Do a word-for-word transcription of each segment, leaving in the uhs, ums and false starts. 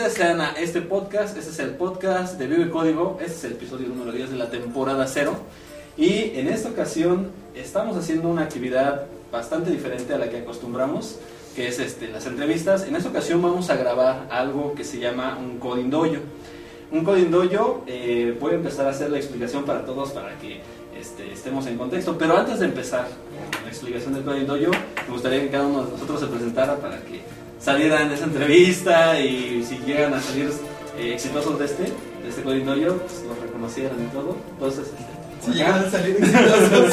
ustedes sean a este podcast. Este es el podcast de Vive Código. Este es el episodio número diez de la temporada cero. Y en esta ocasión estamos haciendo una actividad bastante diferente a la que acostumbramos, que es este, las entrevistas. En esta ocasión vamos a grabar algo que se llama un Coding Dojo. Un Coding Dojo, eh, voy a empezar a hacer la explicación para todos para que este, estemos en contexto. Pero antes de empezar con la explicación del Coding Dojo, me gustaría que cada uno de nosotros se presentara para que salieran de esa entrevista y si llegan a salir eh, exitosos de este, de este Coding Dojo, pues los reconocieran y todo. Entonces, este, si llegan a salir exitosos.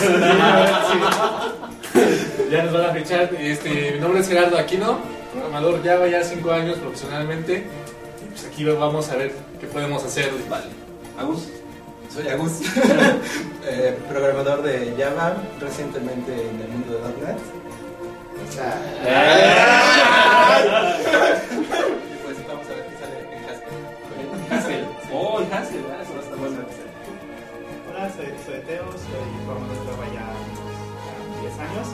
Ya nos van a fichar. Este, mi nombre es Gerardo Aquino, programador Java ya cinco años profesionalmente. Y pues aquí vamos a ver qué podemos hacer. Vale. Agus. Soy Agus, eh, programador de Java, recientemente en el mundo de .punto net. Y pues vamos a ver qué sale en Haskell. Haskell. Oh, el Haskell, ¿verdad? Eso va a estar bueno. Hola, soy, soy Teo, soy programador de Java ya unos diez años.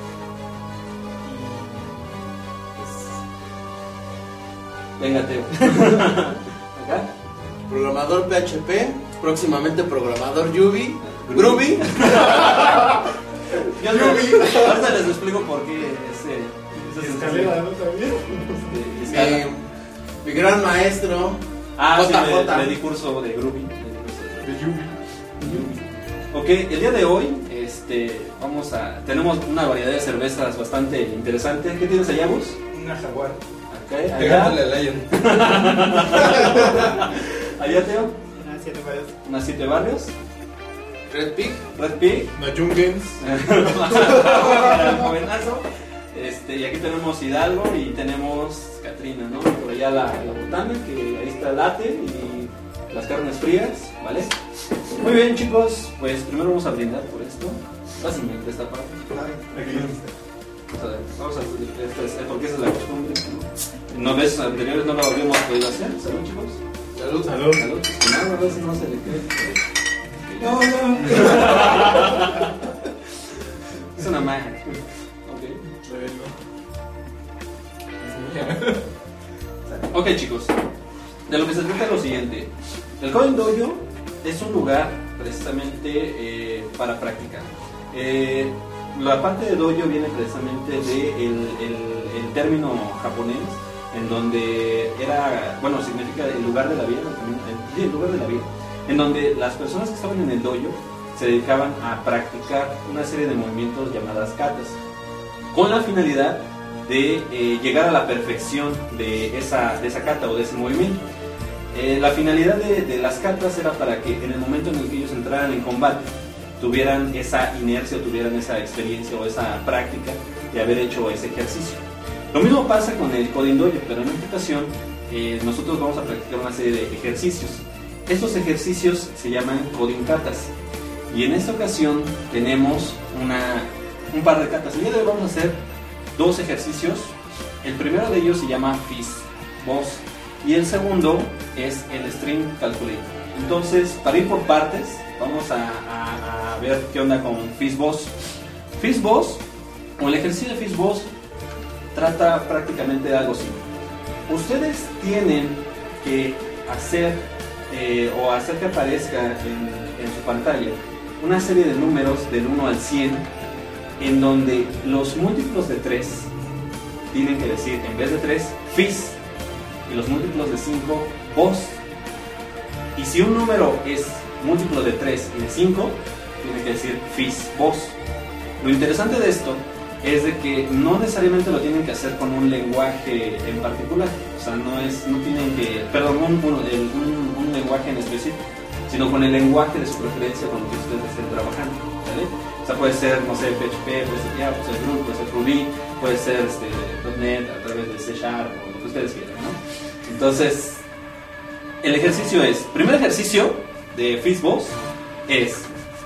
Y pues... Venga, Teo. Acá. Programador P H P, próximamente programador Groovy. Groovy. Yo no, ahorita les explico por qué ese... ese escalera, ¿no? También. Este, escala. Mi, mi gran maestro. Ah, J sí, J. le, le di curso de Groovy. De Yubi. Ok, el día de hoy este, vamos a, tenemos una variedad de cervezas bastante interesante. ¿Qué tienes allá, Gus? Una jaguar. Okay, allá. Pegándole al Lion. Allá, Teo. Unas siete varios. Unas siete barrios. Red Pig. Red Pig. No Jungens. Para el jovenazo. Este, y aquí tenemos Hidalgo y tenemos Catrina, ¿no? Por allá la, la botana, que ahí está el latte y las carnes frías, ¿vale? Muy bien, chicos, pues primero vamos a brindar por esto. Pásenme esta parte. Vamos a ver, vamos a esto es, porque esa es la costumbre. En las veces anteriores no lo habíamos podido hacer. Salud, chicos. Salud. Salud. Salud. Que nada, a veces no se le cree. No, no. Es una magia. Ok, chicos, de lo que se trata es lo siguiente. El Coding Dojo es un lugar precisamente eh, para practicar. Eh, la parte de dojo viene precisamente del de el, el término japonés, en donde era, bueno, significa el lugar de la vida, el, el lugar de la vida, en donde las personas que estaban en el dojo se dedicaban a practicar una serie de movimientos llamadas katas, con la finalidad de eh, llegar a la perfección de esa, de esa kata o de ese movimiento. Eh, la finalidad de, de las katas era para que en el momento en el que ellos entraran en combate tuvieran esa inercia, tuvieran esa experiencia o esa práctica de haber hecho ese ejercicio. Lo mismo pasa con el Coding Dojo, pero en esta ocasión eh, nosotros vamos a practicar una serie de ejercicios. Estos ejercicios se llaman Coding Katas y en esta ocasión tenemos una, un par de katas. El día de hoy vamos a hacer dos ejercicios. El primero de ellos se llama Fizz Boss y el segundo es el String Calculator. Entonces, para ir por partes, vamos a, a, a ver qué onda con Fizz Boss. Fizz Boss, o el ejercicio de Fizz Boss, trata prácticamente de algo simple. Ustedes tienen que hacer eh, o hacer que aparezca en, en su pantalla una serie de números del uno al cien, en donde los múltiplos de tres tienen que decir, en vez de tres, Fizz, y los múltiplos de cinco, Boss. Y si un número es múltiplo de tres y de cinco, tiene que decir Fizz Boss. Lo interesante de esto es de que no necesariamente lo tienen que hacer con un lenguaje en particular, o sea, no es, no tienen que, perdón, un, un, un, un lenguaje en específico, sino con el lenguaje de su preferencia con el que ustedes estén trabajando, ¿vale? O sea, puede ser, no sé, P H P, puede ser Java, puede ser Groovy, puede ser Ruby, puede ser este, .punto net a través de C Sharp o lo que ustedes quieran, ¿no? Entonces, el ejercicio es, primer ejercicio de Fizz Boss es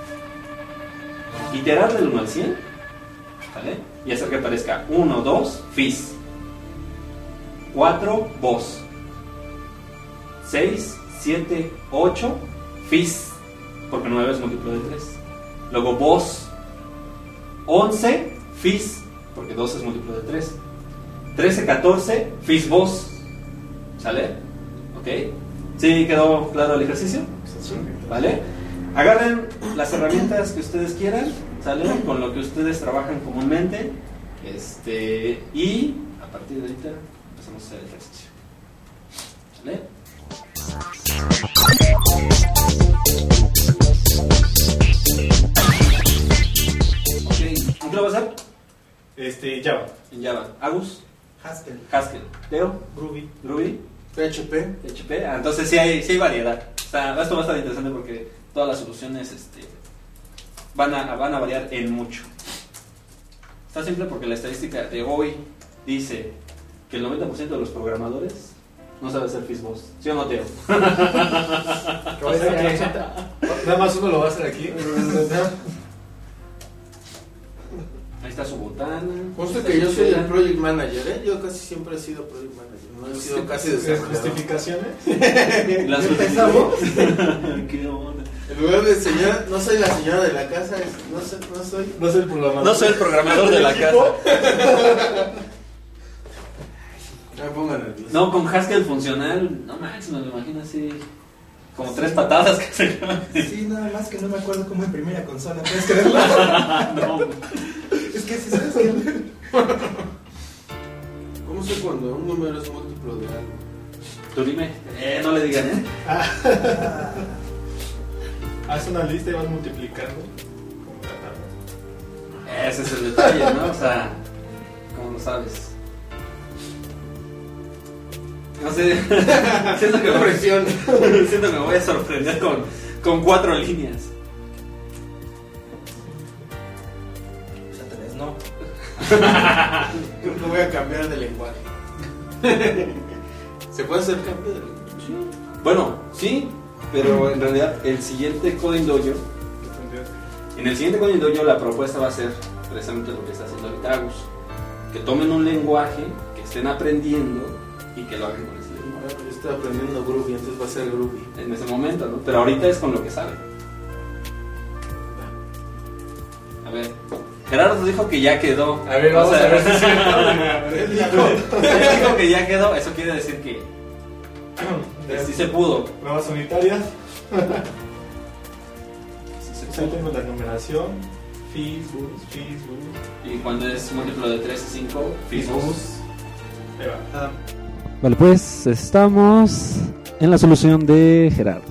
iterar del uno al cien, ¿vale? Y hacer que aparezca uno, dos, Fizz, cuatro, Boss, seis, siete, ocho, Fizz, porque nueve es múltiplo de tres. Luego Boss, once, Fizz, porque dos es múltiplo de tres. trece, catorce, Fizz Boss, ¿sale? ¿Ok? ¿Sí quedó claro el ejercicio? ¿Vale? Agarren las herramientas que ustedes quieran, ¿sale? Con lo que ustedes trabajan comúnmente. Este, y a partir de ahorita empezamos a hacer el ejercicio. ¿Vale? Ok, ¿en qué lo vas a hacer? Este, Java. En Java. Agus, Haskell. Haskell, Teo, Groovy. Ruby, P H P. P H P. Ah, entonces sí hay, sí hay variedad. O sea, esto va a estar interesante porque todas las soluciones este, van, a, van a variar en mucho. Está simple porque la estadística de hoy dice que el noventa por ciento de los programadores no sabe hacer Fizzboss. ¿Sí o no, Teo? O sea que nada más uno lo va a hacer aquí. Ahí está su botana. Justo que yo soy el project manager, ¿eh? Yo casi siempre he sido project manager. No he sido casi desarrollador. ¿Justificaciones? Las ¿Empezamos? ¿Qué onda? En lugar de señora, no soy la señora de la casa, es- no, soy, no soy. No soy el programador. No soy el programador de la casa. No me pongan nervioso. No, con Haskell funcional, no manches, me lo imagino así. Como tres patadas que se llaman. Sí, nada más que no me acuerdo cómo imprimir la consola. ¿Puedes creerlo? No. Es que si sabes que... ¿Cómo sé cuando un número es múltiplo de algo? Tú dime. Eh, no le digan, ¿eh? Haz una lista y vas multiplicando. Ese es el detalle, ¿no? O sea, ¿cómo lo sabes? No sé. Siento que, me, siento que me voy a sorprender con, con cuatro líneas. Esa tal vez no. Creo que voy a cambiar de lenguaje. ¿Se puede hacer cambio de lenguaje? Bueno, sí, pero en realidad el siguiente Coding Dojo, en el siguiente Coding Dojo la propuesta va a ser precisamente lo que está haciendo ahorita Agus, que tomen un lenguaje que estén aprendiendo y que lo hagan con ese lenguaje. Yo estoy aprendiendo Groovy, entonces va a ser Groovy. En ese momento, ¿no? Pero ahorita es con lo que saben. A ver, Gerardo dijo que ya quedó. A ver, O vamos sea, a ver si es cierto. Él dijo, él dijo que ya quedó, eso quiere decir que, que sí se pudo. Pruebas unitarias. Sí se Pues pudo. ahí tengo la numeración. Fizz, bus, fizz, bus. Y cuando es múltiplo de tres y cinco, Fizzbus. Ahí va. Ah, Vale, pues estamos en la solución de Gerardo.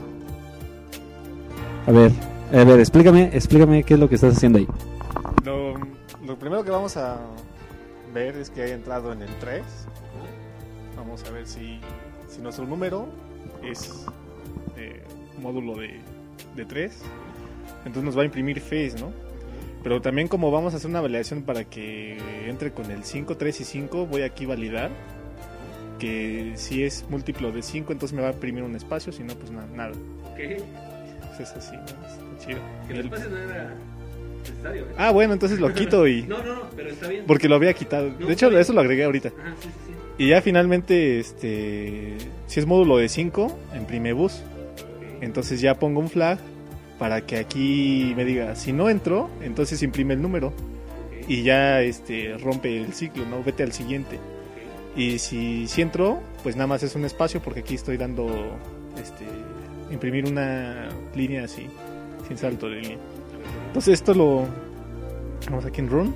A ver, a ver, explícame, explícame qué es lo que estás haciendo ahí. Lo, lo primero que vamos a ver es que haya entrado en el tres. Vamos a ver si, si nuestro número es eh, módulo de, de tres. Entonces nos va a imprimir face, ¿no? Pero también como vamos a hacer una validación para que entre con el cinco, tres y cinco, voy aquí a validar que si es múltiplo de cinco, entonces me va a imprimir un espacio, si no, pues na- nada. ¿Qué? Pues es así, ¿no? Está chido. Que el espacio no era necesario, ¿eh? Ah, bueno, entonces lo quito y... No, no, no, pero está bien. Porque lo había quitado. No, De hecho, está bien. eso lo agregué ahorita. Ajá, sí, sí, sí. Y ya finalmente, este, si es módulo de cinco, imprime bus. Entonces ya pongo un flag para que aquí me diga, si no entro, entonces imprime el número. Y ya este, rompe el ciclo, ¿no? Vete al siguiente. Y si, si entro, pues nada más es un espacio porque aquí estoy dando, este, imprimir una línea así, sin salto de línea. Entonces esto lo... Vamos aquí en Run.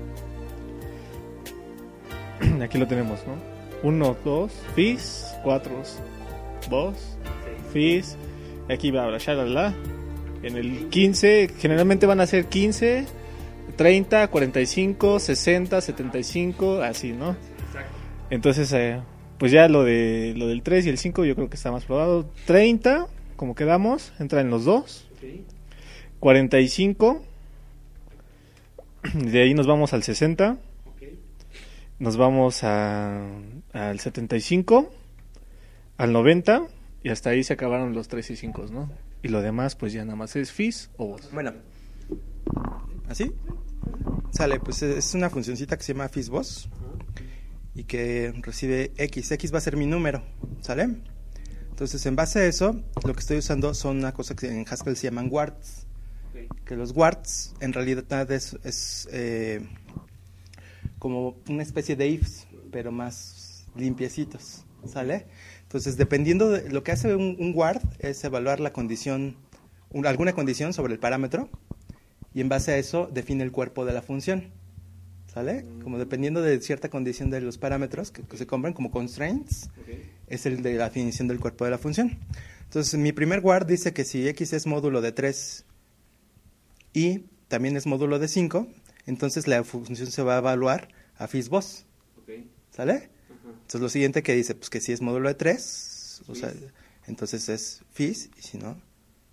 Aquí lo tenemos, ¿no? uno, dos, Fizz, cuatro, dos, Fizz. Aquí va a shalala. En el quince, generalmente van a ser quince, treinta, cuarenta y cinco, sesenta, setenta y cinco, así, ¿no? Entonces, eh, pues ya lo de lo del tres y el cinco yo creo que está más probado. treinta, como quedamos, entra en los dos. cuarenta y cinco. De ahí nos vamos al sesenta. Nos vamos a, al setenta y cinco, al noventa, y hasta ahí se acabaron los tres y cinco, ¿no? Y lo demás, pues ya nada más es Fizz o Boss. bueno. ¿Así? Sale, pues es una funcioncita que se llama Fizzboss y que recibe X. X va a ser mi número, ¿sale? Entonces, en base a eso, lo que estoy usando son una cosa que en Haskell se llaman warts. Que los warts en realidad es, es eh, como una especie de ifs, pero más limpiecitos, ¿sale? Entonces, dependiendo de lo que hace un, un guard es evaluar la condición, un, alguna condición sobre el parámetro y en base a eso define el cuerpo de la función. ¿Sale? Como dependiendo de cierta condición de los parámetros que, que se compran como constraints, okay. Es el de la definición del cuerpo de la función. Entonces, mi primer guard dice que si x es módulo de tres y también es módulo de cinco, entonces la función se va a evaluar a FISBOSS. Okay. ¿Sale? Uh-huh. Entonces, lo siguiente que dice, pues que si es módulo de tres, o sea, entonces es FIS, y si no,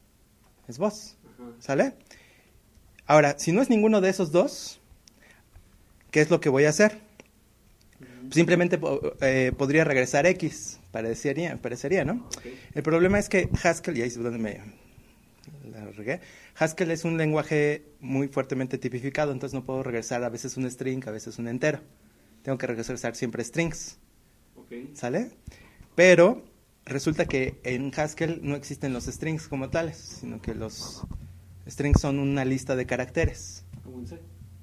es BOSS. Uh-huh. ¿Sale? Ahora, si no es ninguno de esos dos, ¿qué es lo que voy a hacer? Uh-huh. Simplemente eh, podría regresar X, parecería, parecería ¿no? Okay. El problema es que Haskell, y ahí es donde me la regué, Haskell es un lenguaje muy fuertemente tipificado, entonces no puedo regresar a veces un string, a veces un entero. Tengo que regresar siempre strings. Okay. ¿Sale? Pero resulta que en Haskell no existen los strings como tales, sino que los strings son una lista de caracteres. ¿Como en C?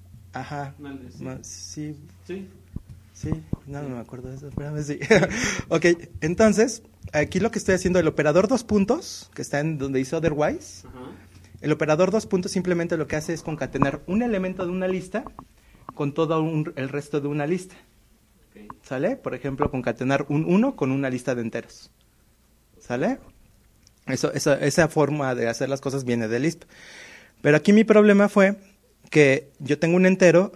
Ajá. Vale, sí. Ma, sí. Sí. Sí, no, no me acuerdo de eso, espérame, sí. Ok, entonces, aquí lo que estoy haciendo, el operador dos puntos, que está en donde dice otherwise, uh-huh. El operador dos puntos simplemente lo que hace es concatenar un elemento de una lista con todo un, el resto de una lista. Okay. ¿Sale? Por ejemplo, concatenar un uno con una lista de enteros. ¿Sale? Eso, esa, esa forma de hacer las cosas viene de Lisp. Pero aquí mi problema fue que yo tengo un entero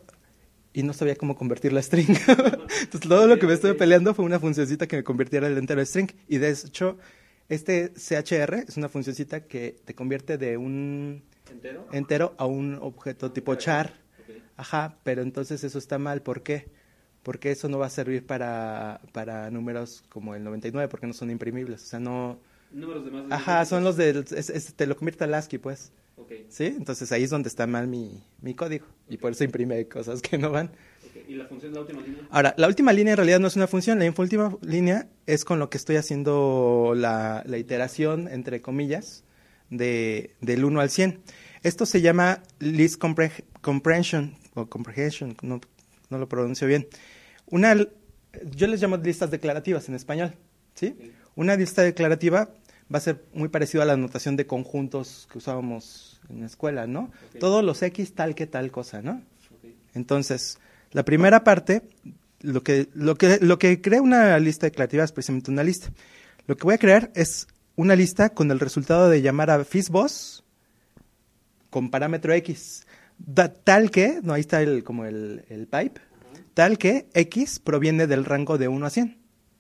y no sabía cómo convertirlo a string. Entonces, todo lo que me estuve peleando fue una funcioncita que me convirtiera el entero a string. Y de hecho, este C H R es una funcioncita que te convierte de un entero, entero a un objeto tipo char. Okay. Ajá, pero entonces eso está mal. ¿Por qué? Porque eso no va a servir para, para números como el noventa y nueve, porque no son imprimibles. O sea, no... Números de más de Ajá, son los de... Es, es, te lo convierte al ASCII, pues. Okay. ¿Sí? Entonces ahí es donde está mal mi, mi código. Okay. Y por eso imprime cosas que no van. Okay. ¿Y la función de la última línea? Ahora, la última línea en realidad no es una función. La última línea es con lo que estoy haciendo la, la iteración, entre comillas, de, del uno al cien. Esto se llama list compre- comprehension, o comprehension, no, no lo pronuncio bien. Una, yo les llamo listas declarativas en español, ¿sí? Okay. Una lista declarativa va a ser muy parecido a la notación de conjuntos que usábamos en la escuela, ¿no? Okay. Todos los X tal que tal cosa, ¿no? Okay. Entonces, la primera parte, lo que, lo que, lo que crea una lista declarativa es precisamente una lista. Lo que voy a crear es una lista con el resultado de llamar a FISBOSS con parámetro X, da, tal que, no, ahí está el, como el, el pipe, uh-huh. Tal que X proviene del rango de uno a cien.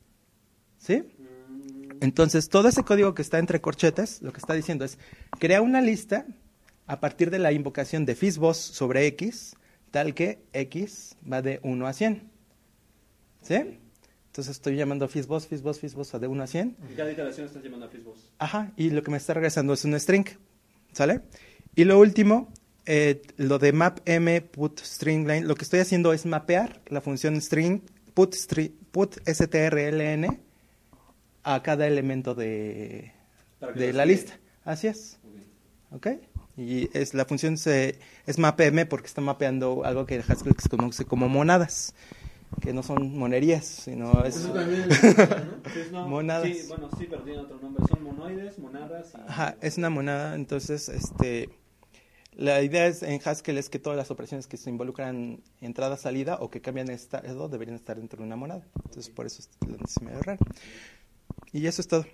¿Sí? Entonces, todo ese código que está entre corchetes, lo que está diciendo es, crea una lista a partir de la invocación de FISBOSS sobre X, tal que X va de uno a cien. ¿Sí? Okay. Entonces, estoy llamando a FISBOSS, FISBOSS, FISBOSS de uno a cien. Y cada iteración estás llamando a FISBOSS. Ajá, y lo que me está regresando es un string. ¿Sale? Y lo último, eh, lo de mapm put string line, lo que estoy haciendo es mapear la función string put, string, put strln a cada elemento de, de la lista. Así es. Okay. ¿Ok? Y es, la función se, es mapm porque está mapeando algo que Haskell se conoce como monadas, que no son monerías, sino es... Eso también es monada, ¿no? Sí, no, monadas. Sí, bueno, sí, pero tiene otro nombre. Son monoides, monadas y... Ajá, es una monada. Entonces, este... la idea es en Haskell es que todas las operaciones que se involucran entrada-salida o que cambian de estado deberían estar dentro de una monada. Entonces, por eso es medio raro. Y eso es todo.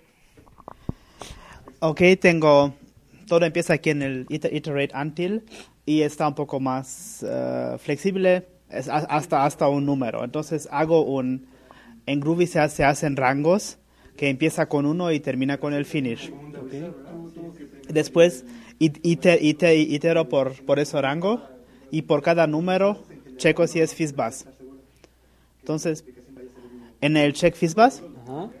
Ok, tengo... Todo empieza aquí en el iterate until y está un poco más uh, flexible, es hasta, hasta un número. Entonces hago un... En Groovy se, hace, se hacen rangos que empieza con uno y termina con el finish. Okay. Después iter, iter, itero por, por ese rango y por cada número checo si es FISBOSS. Entonces, en el check FISBOSS, uh-huh.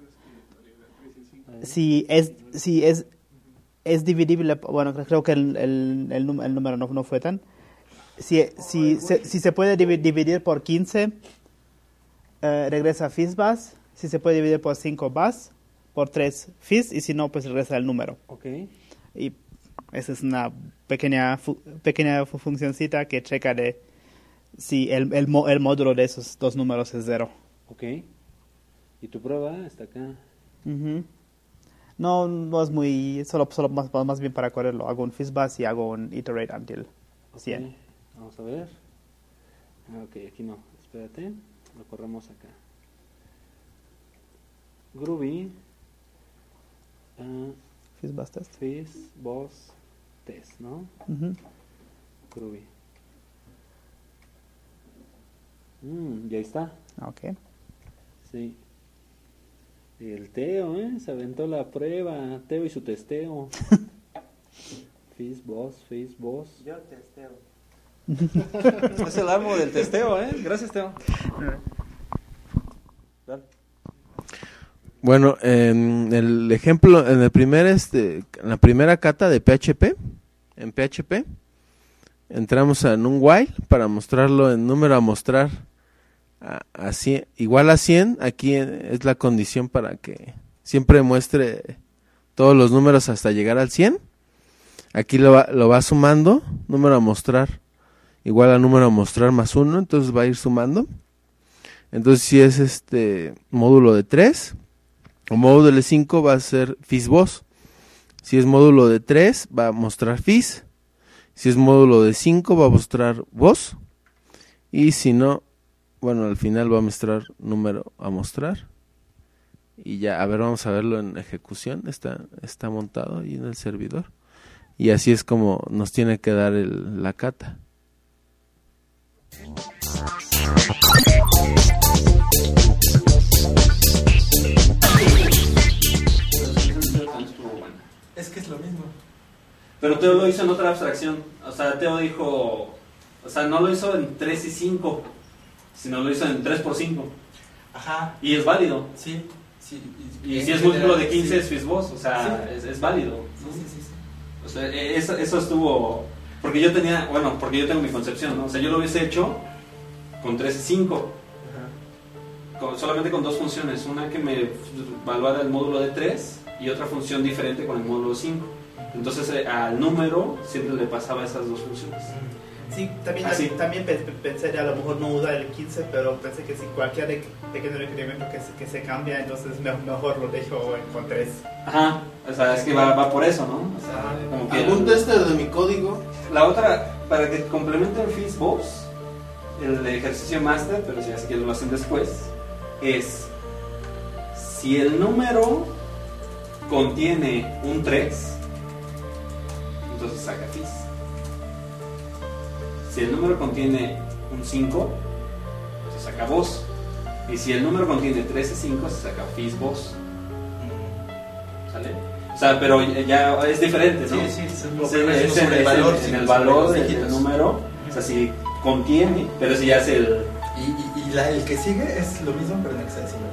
si es... Si es es dividible, bueno, creo que el, el, el, el número no, no fue tan. Si, si, se, si se puede dividir por quince, eh, regresa FISBOSS. Si se puede dividir por cinco, BOSS. Por tres, FIS. Y si no, pues regresa el número. Okay. Y esa es una pequeña fu, pequeña funcioncita que checa de si el, el, el módulo de esos dos números es cero. Ok. ¿Y tu prueba está acá? Ujú. No, no es muy, solo, solo más, más bien para correrlo. Hago un FizzBuzz y hago un iterate until cien. Ok, vamos a ver. Ah, ok, aquí no. Espérate. Lo corremos acá. Groovy. Uh, FizzBuzz test. Fizz, Boss, Test, ¿no? Ujú. Groovy. Mm, ya está. Ok. Sí. El Teo, ¿eh? Se aventó la prueba. Teo y su testeo. Fizz, Boss, Fizz, Boss. Yo testeo. Es el amo del testeo, ¿eh? Gracias, Teo. Dale. Bueno, en el ejemplo, en el primer, este, en la primera cata de P H P, en P H P, entramos en un while para mostrarlo en número a mostrar a, a cien, igual a cien. Aquí es la condición para que siempre muestre todos los números hasta llegar al cien. Aquí lo va, lo va sumando, número a mostrar igual a número a mostrar más uno, entonces va a ir sumando. Entonces si es este módulo de tres, o módulo de cinco va a ser FizzBoss. Si es módulo de tres va a mostrar Fizz. Si es módulo de cinco va a mostrar Boss. Y si no, bueno, al final va a mostrar número a mostrar. Y ya, a ver, vamos a verlo en ejecución. Está, está montado ahí en el servidor. Y así es como nos tiene que dar el, la cata. Es que es lo mismo. Pero Teo lo hizo en otra abstracción. O sea, Teo dijo... O sea, no lo hizo en tres y cinco, sino lo hizo en tres por cinco. Ajá. Y es válido. Sí, sí. Y si es múltiplo de quince sí. es FizzBoss. O sea, Sí. es, es válido. Sí, sí, sí, sí. O sea, eso, eso estuvo... Porque yo tenía... Bueno, porque yo tengo mi concepción, ¿no? O sea, yo lo hubiese hecho con tres y cinco. Ajá. Con, solamente con dos funciones. Una que me evaluara el módulo de tres y otra función diferente con el módulo cinco. Entonces eh, al número siempre le pasaba esas dos funciones. Sí, también, Ah, sí. también pe- pe- pensé de a lo mejor no usar el quince, pero pensé que si cualquier de- pequeño requerimiento que se, que se cambia, entonces me- mejor lo dejo con tres. Ajá, o sea, es que va, va por eso, ¿no? O sea, como que ¿Algún tester de mi código? la otra, para que complementen FizzBoss, el de ejercicio master, pero si así que lo hacen después, es si el número contiene un tres, entonces saca Fizz. Si el número contiene un cinco, se saca Boss. Y si el número contiene tres y cinco, se saca FizzBoss. ¿Sale? O sea, pero ya es diferente, ¿no? Sí, sí, sí. Sí, es en el valor, en el valor del del número. O sea, si contiene, pero si ya es el... Y, y, y la, el que sigue es lo mismo, pero en hexadecimal.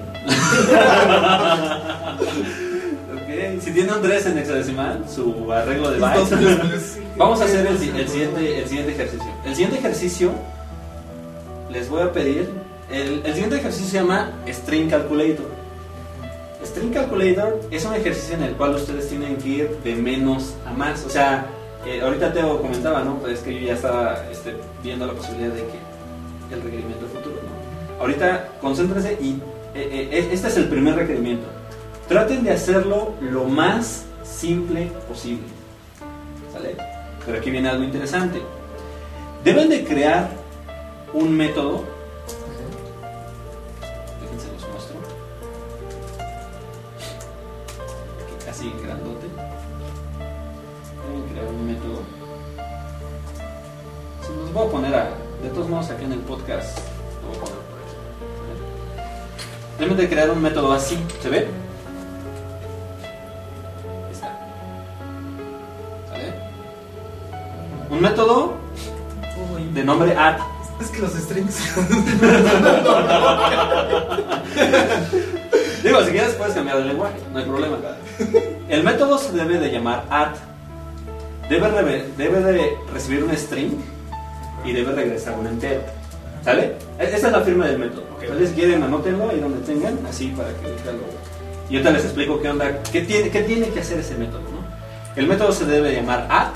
Ok, si tiene un tres en hexadecimal, su arreglo de bytes. Vamos a hacer el, si- el, siguiente, el siguiente ejercicio. El siguiente ejercicio, les voy a pedir, el, el siguiente ejercicio se llama String Calculator. String Calculator es un ejercicio en el cual ustedes tienen que ir de menos a más. O sea, eh, ahorita te comentaba, ¿no? Pues es que yo ya estaba este, viendo la posibilidad de que el requerimiento futuro, ¿no? Ahorita concéntrense y eh, eh, este es el primer requerimiento. Traten de hacerlo lo más simple posible. ¿Sale? Pero aquí viene algo interesante. Deben de crear un método. Déjense los muestro. Aquí casi grandote. Deben crear un método. Se los voy a poner a... De todos modos aquí en el podcast lo voy a poner por eso. ¿Vale? Deben de crear un método así. ¿Se ve? Ahí está. ¿Sale? Un método de nombre add. Es que los strings. Digo, si quieres puedes cambiar el lenguaje, no hay problema. El método se debe de llamar add. Debe, re- debe de recibir un string y debe regresar un entero. ¿Sale? Esta es la firma del método. ¿Sale? Si quieren, anótenlo ahí donde tengan, así para que ahorita lo... Y ahorita les explico qué onda, qué tiene, qué tiene que hacer ese método, ¿no? El método se debe llamar add.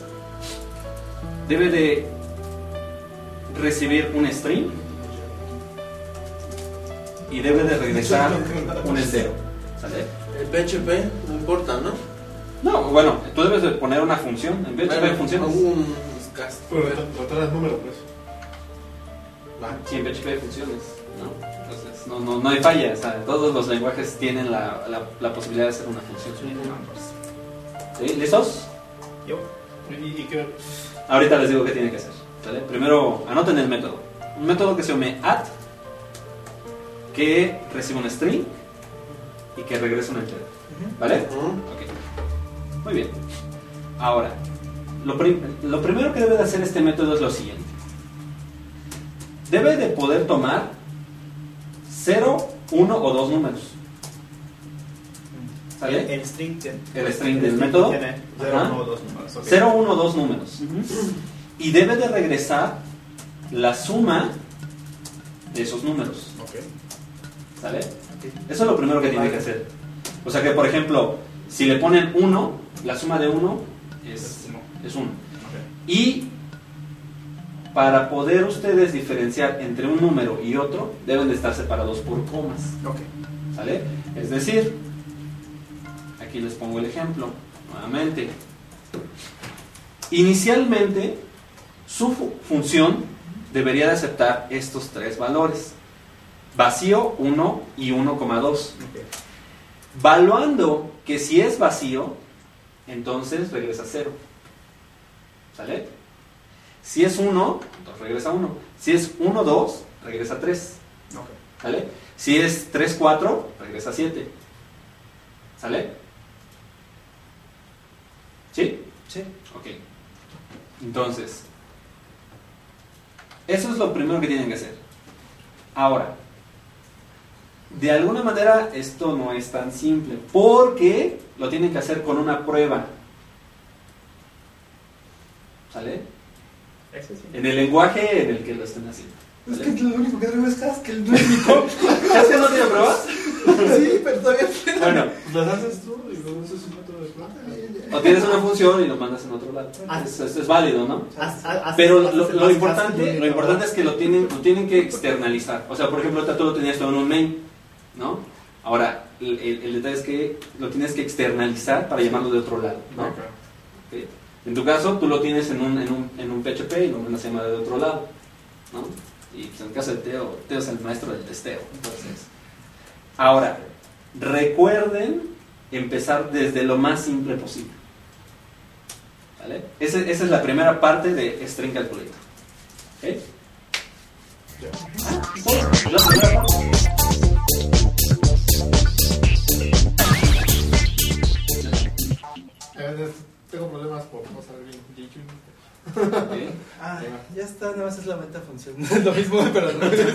Debe de recibir un string y debe de regresar un entero. ¿Sale? El P H P no importa, ¿no? No, bueno, tú debes de poner una función. En P H P hay funciones. Un cast. Pero retorna el número, pues. Va. Sí, en P H P hay funciones, ¿no? Entonces, no, no, no hay falla. O sea, todos los lenguajes tienen la, la, la posibilidad de hacer una función. ¿Sí? ¿Listos? Yo. ¿Y, y qué? Ahorita les digo qué tienen que hacer. ¿Sale? Primero, anoten el método. Un método que se llama add, que recibe un string y que regresa un entero. ¿Vale? Ujú. Ok. Muy bien. Ahora, lo, prim- lo primero que debe de hacer este método es lo siguiente. Debe de poder tomar cero, uno o dos números. ¿Sale? El string tiene. El string del método. Tiene Ajá. cero, uno o dos números. ok. cero, uno o dos números. Y debe de regresar la suma de esos números. Ok. ¿Sale? Eso es lo primero que tiene que hacer. O sea que, por ejemplo, si le ponen uno, la suma de uno es es uno. Y para poder ustedes diferenciar entre un número y otro, deben de estar separados por comas. Ok. ¿Sale? Es decir, aquí les pongo el ejemplo nuevamente. Inicialmente, su fu- función debería de aceptar estos tres valores: vacío, uno y uno coma dos. Valuando que si es vacío, entonces regresa cero. ¿Sale? Si es uno, entonces regresa uno. Si es uno, dos, regresa tres. Ok. ¿Sale? Si es tres, cuatro, regresa siete. ¿Sale? ¿Sí? Sí. Ok. Entonces, eso es lo primero que tienen que hacer. Ahora, de alguna manera esto no es tan simple, porque lo tienen que hacer con una prueba. ¿Sale? Eso sí. En el lenguaje en el que lo estén haciendo. Es ¿Sale? que lo único que traigo es Haskell, no es mi comp. ¿Haskell no tiene pruebas? Sí, pero todavía. Bueno, Las haces tú y luego usas un método de planta. o tienes una función y lo mandas en otro lado. Ah. Es, es- es válido, ¿no? Haz- haz- haz- Pero haz- lo, haz- lo haz- importante, haz- lo importante es que lo tienen, lo tienen que externalizar. O sea, por ejemplo, ahorita tú lo tenías todo en un main, ¿no? Ahora, el, el- el detalle es que lo tienes que externalizar para llamarlo de otro lado, ¿no? Ok. ¿Ok? En tu caso, tú lo tienes en un, en un, en un P H P y lo mandas a llamar de otro lado, ¿no? Y pues en el caso de Teo, Teo es el maestro del testeo. Entonces, ahora, recuerden empezar desde lo más simple posible. ¿Vale? Ese- esa es la primera parte de String Calculator. ¿Ok? La primera parte. Eh, Tengo problemas por no saber bien J-Tune. Ok. Ah, ya está, nada más es la meta función. Lo mismo, pero al revés.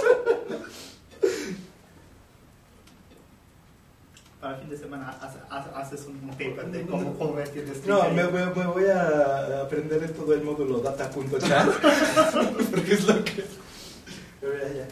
Para el fin de semana haz- haz- haces un paper de cómo convertir de string. No, me, me, me voy a aprender en todo el módulo data.chat. Porque es lo que. Pero ya, ya.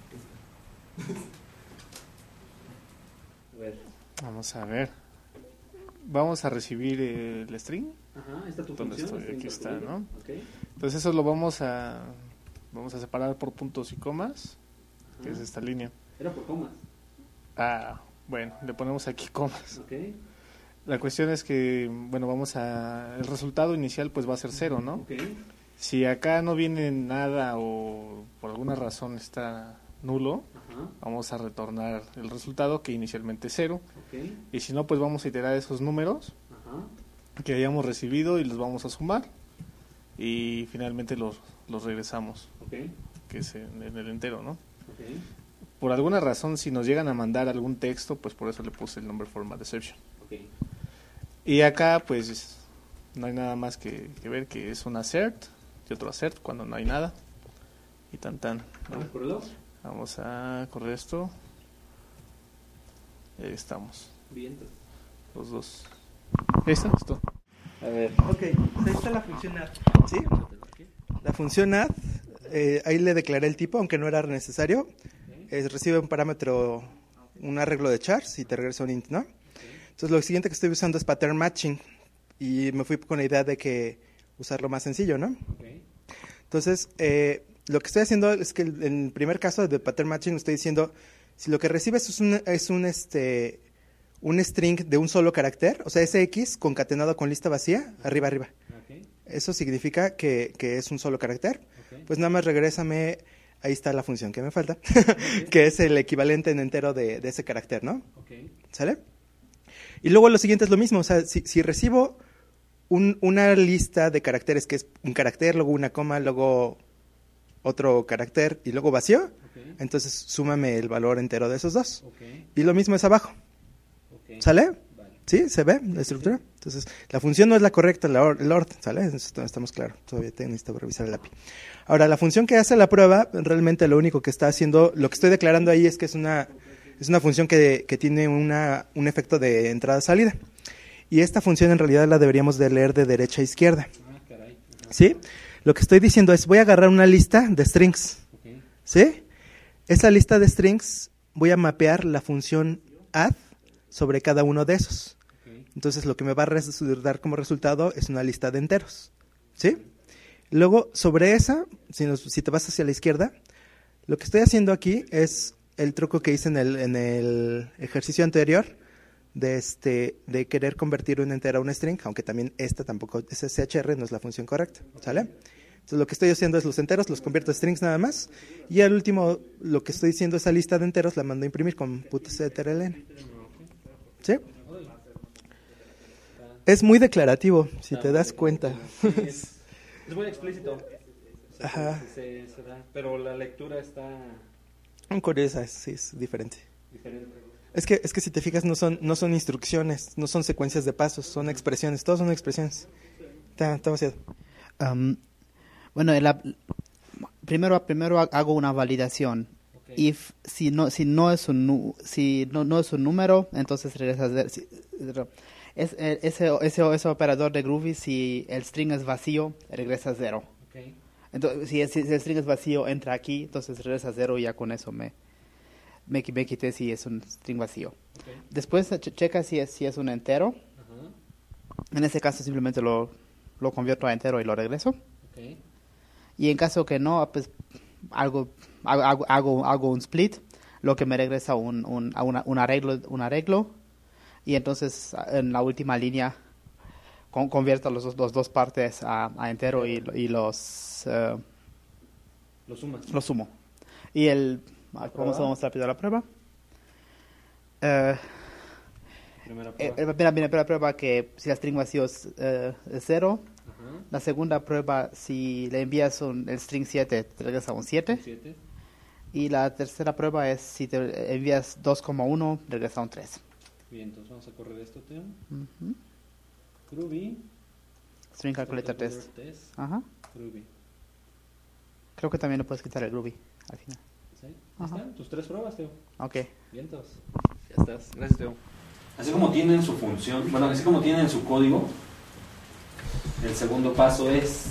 A ver. Vamos a ver. Vamos a recibir el string. Ajá, ahí está tu ¿Dónde función. estoy? Aquí está, ¿no? Ok. Entonces eso lo vamos a vamos a separar por puntos y comas, que es esta línea. Era por comas. Ah, bueno, le ponemos aquí comas. Ok. La cuestión es que, bueno, vamos a el resultado inicial pues va a ser cero, ¿no? Ok. Si acá no viene nada o por alguna razón está nulo, Ajá. vamos a retornar el resultado que inicialmente es cero. Ok. Y si no, pues vamos a iterar esos números Ajá. que hayamos recibido y los vamos a sumar. Y finalmente los, los regresamos, Ok. que es en, en el entero, ¿no? Ok. Por alguna razón, si nos llegan a mandar algún texto, pues por eso le puse el number format exception. Ok. Y acá, pues, no hay nada más que, que ver, que es un assert y otro assert cuando no hay nada. Y tan tan, ¿no? Vamos por el dos. Vamos a correr esto. Y ahí estamos, Bien, entonces. los dos. Ahí está, esto. A ver. Ok, pues ahí está la función add. ¿Sí? La función add, eh, ahí le declaré el tipo, aunque no era necesario. Eh, recibe un parámetro, un arreglo de chars y te regresa un int, ¿no? Entonces lo siguiente que estoy usando es pattern matching. Y me fui con la idea de que usarlo más sencillo, ¿no? Ok. Entonces, eh, lo que estoy haciendo es que en el primer caso de pattern matching estoy diciendo, si lo que recibes es un, es un este un string de un solo carácter, o sea, ese X concatenado con lista vacía, arriba, arriba. Okay. Eso significa que, que es un solo carácter. Okay. Pues nada más regrésame, ahí está la función que me falta, okay. que es el equivalente en entero de, de ese carácter, ¿no? Okay. ¿Sale? Y luego lo siguiente es lo mismo, o sea, si, si recibo un, una lista de caracteres que es un carácter, luego una coma, luego otro carácter y luego vacío, okay. entonces súmame el valor entero de esos dos. Okay. Y lo mismo es abajo. Okay. ¿Sale? Vale. ¿Sí? ¿Se ve la estructura? Entonces, la función no es la correcta, la or- el orden, ¿sale? Eso estamos claros. Todavía te necesito revisar el A P I. Ahora, la función que hace la prueba, realmente lo único que está haciendo, lo que estoy declarando ahí es que es una, es una función que, que tiene una, un efecto de entrada-salida. Y esta función en realidad la deberíamos de leer de derecha a izquierda. Ah, caray. Ajá. ¿Sí? Lo que estoy diciendo es, voy a agarrar una lista de strings. Okay. ¿Sí? Esa lista de strings voy a mapear la función add sobre cada uno de esos. Okay. Entonces lo que me va a res- dar como resultado es una lista de enteros. ¿Sí? Luego, sobre esa, si, nos, si te vas hacia la izquierda, lo que estoy haciendo aquí es el truco que hice en el, en el ejercicio anterior de, este, de querer convertir un entero a un string, aunque también esta tampoco, ese C H R no es la función correcta. ¿Sale? Entonces lo que estoy haciendo es los enteros, los convierto a strings nada más, y al último, lo que estoy diciendo, esa lista de enteros la mando a imprimir con putctrln. ¿Sí? Es muy declarativo, si te das cuenta. Sí, es, es muy explícito. Se, Ajá. Se, se, se da, pero la lectura está Curiosa, sí, es diferente. diferente. Es que, es que si te fijas, no son, no son instrucciones, no son secuencias de pasos, son expresiones, todos son expresiones. Está, está vaciado. Um, bueno, el, primero, primero hago una validación. Okay. If si no si no es un nu, si no, no es un número, entonces regresa a si, es, ese, ese ese operador de Groovy, si el string es vacío, regresa a cero. Okay. Entonces si, si el string es vacío, entra aquí, entonces regresa a cero y ya con eso me me, me quité si es un string vacío. Okay. Después ch checa si es si es un entero. Uh-huh. En ese caso simplemente lo lo convierto a entero y lo regreso. Okay. Y en caso que no, pues algo hago, hago, hago un split, lo que me regresa un, un, una, un, arreglo, un arreglo, y entonces en la última línea con, convierto los, los dos partes a, a entero y, y los uh, los sumas. Los sumo. Y el, vamos a mostrar rápido la prueba. Uh, Primera prueba. Eh, mira, mira, primera prueba que si la string vacío es, uh, es cero. Uh-huh. La segunda prueba, si le envías un, el string siete, te regresa un siete. siete. Y la tercera prueba es si te envías dos coma uno, regresa un tres. Bien, entonces vamos a correr esto, Teo. Uh-huh. Groovy. String calculator test. test. Ajá. Groovy. Creo que también le puedes quitar el Groovy al final. ¿Sí? ¿Ya están tus tres pruebas, Teo? Ok. Bien, entonces. Ya estás. Gracias, Teo. Así como tienen su función, bueno, así como tienen su código, el segundo paso es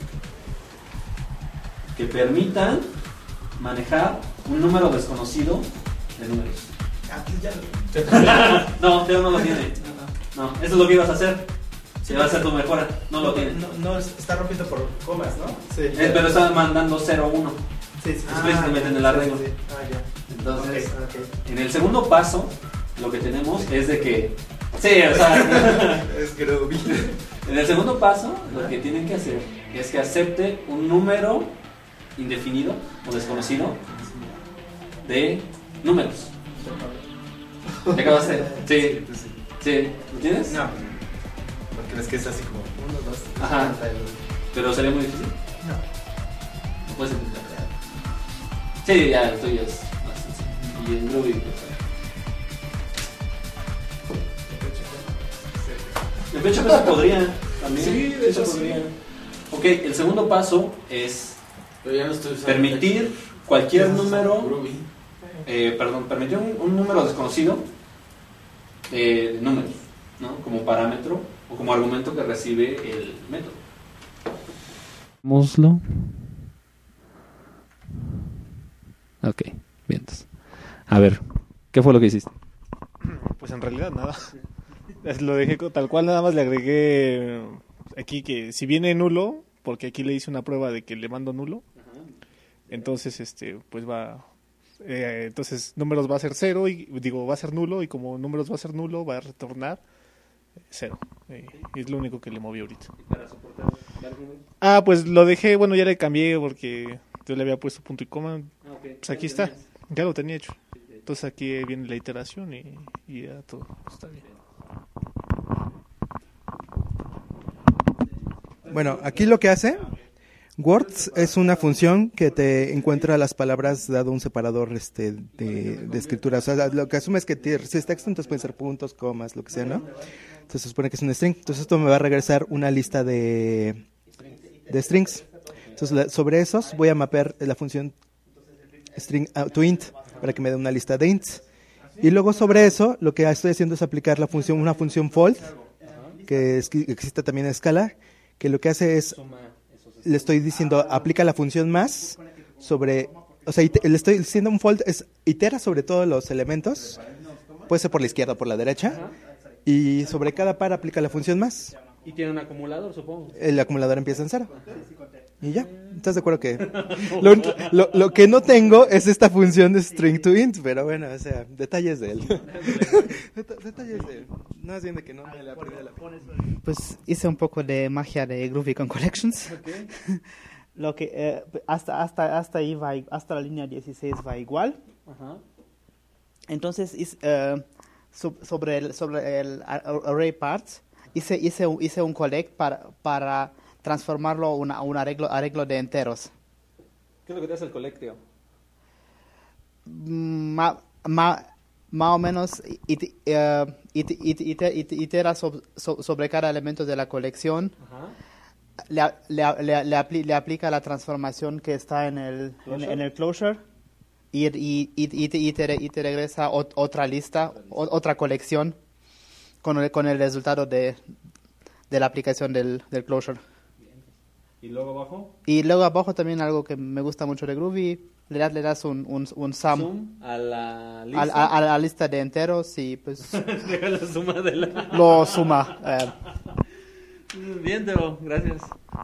que permitan manejar un número desconocido de números. Aquí ya lo... No, Teo no lo tiene. No, eso es lo que ibas a hacer. Si vas a hacer tu mejora, no lo tiene. No, no, está rompiendo por comas, ¿no? Sí. Es, pero está mandando cero uno. Sí, sí. Explícitamente ah, en el arreglo. Sí, sí. Ah, ya. Entonces, okay, okay. En el segundo paso, lo que tenemos es de que... Sí, o sea... es Groovy. En el segundo paso, lo que tienen que hacer es que acepte un número indefinido o desconocido de números. ¿Te acabaste? Sí. ¿Sí? ¿Lo tienes? No. Porque ves que es así como uno, dos, tres. Ajá. ¿Pero sería muy difícil? No. ¿Lo puedes intentar? Sí, ya, el tuyo es más sencillo. Y en Groovy, pues... De hecho, eso podría también. Sí, de hecho, eso podría. Ok, el segundo paso es ya no estoy permitir cualquier número, eh, perdón, permitir un, un número desconocido de, de números, ¿no? Como parámetro o como argumento que recibe el método. Muslo. Ok, bien. Entonces. A ver, ¿qué fue lo que hiciste? Pues en realidad nada. Lo dejé tal cual, nada más le agregué aquí que si viene nulo, porque aquí le hice una prueba de que le mando nulo, entonces este pues va Eh, entonces números va a ser cero y digo va a ser nulo y como números va a ser nulo va a retornar cero. Eh, es lo único que le moví ahorita. Para soportar el argumento. Ah, pues lo dejé, bueno, ya le cambié porque yo le había puesto punto y coma. Ah, ok. Pues aquí está, ya lo tenía hecho. Entonces aquí viene la iteración y, y ya todo está bien. Bueno, aquí lo que hace Words es una función que te encuentra las palabras dado un separador este de, de escritura. O sea, lo que asume es que te- si es texto, entonces pueden ser puntos, comas, lo que sea, ¿no? Entonces se supone que es un string. Entonces esto me va a regresar una lista de, de strings. Entonces la- sobre esos voy a mapear la función string uh, to int para que me dé una lista de ints. Y luego sobre eso lo que estoy haciendo es aplicar la función una función fold que es- que existe también en Scala, que lo que hace es le estoy diciendo aplica la función más sobre, o sea, ite- le estoy diciendo un fold es itera sobre todos los elementos, puede ser por la izquierda o por la derecha, y sobre cada par aplica la función más. Y tiene un acumulador, supongo. El acumulador empieza en cero. Y ya, ¿estás de acuerdo que lo, lo, lo que no tengo es esta función de string to int, pero bueno, o sea, detalles de él. Det- detalles de él. No es bien de que no me la aprendí de la Pues hice un poco de magia de Groovy con Collections. Lo que eh, hasta hasta hasta ahí va, i- hasta la línea dieciséis va igual. Ajá. Entonces hice, eh, so- sobre el sobre el a- array parts hice hice un- hice un collect para para transformarlo a una, a un arreglo arreglo de enteros. ¿Qué es lo que te hace el colectio? Ma- ma- más o menos it- eh, it- it- it- it- itera sob- so- sobre cada elemento de la colección. Ajá. Le, le, le, le, apli- le aplica la transformación que está en el en, en el closure y, y, y, y, te, y te- y te regresa ot- otra lista, o- otra colección con el, con el resultado de, de la aplicación del, del closure. ¿Y luego abajo? Y luego abajo también algo que me gusta mucho de Groovy, le das, le das un, un, un sum Zoom a la a, lista. a- a la lista de enteros y pues Deja la suma de la... lo suma. eh, Bien, Teo, gracias.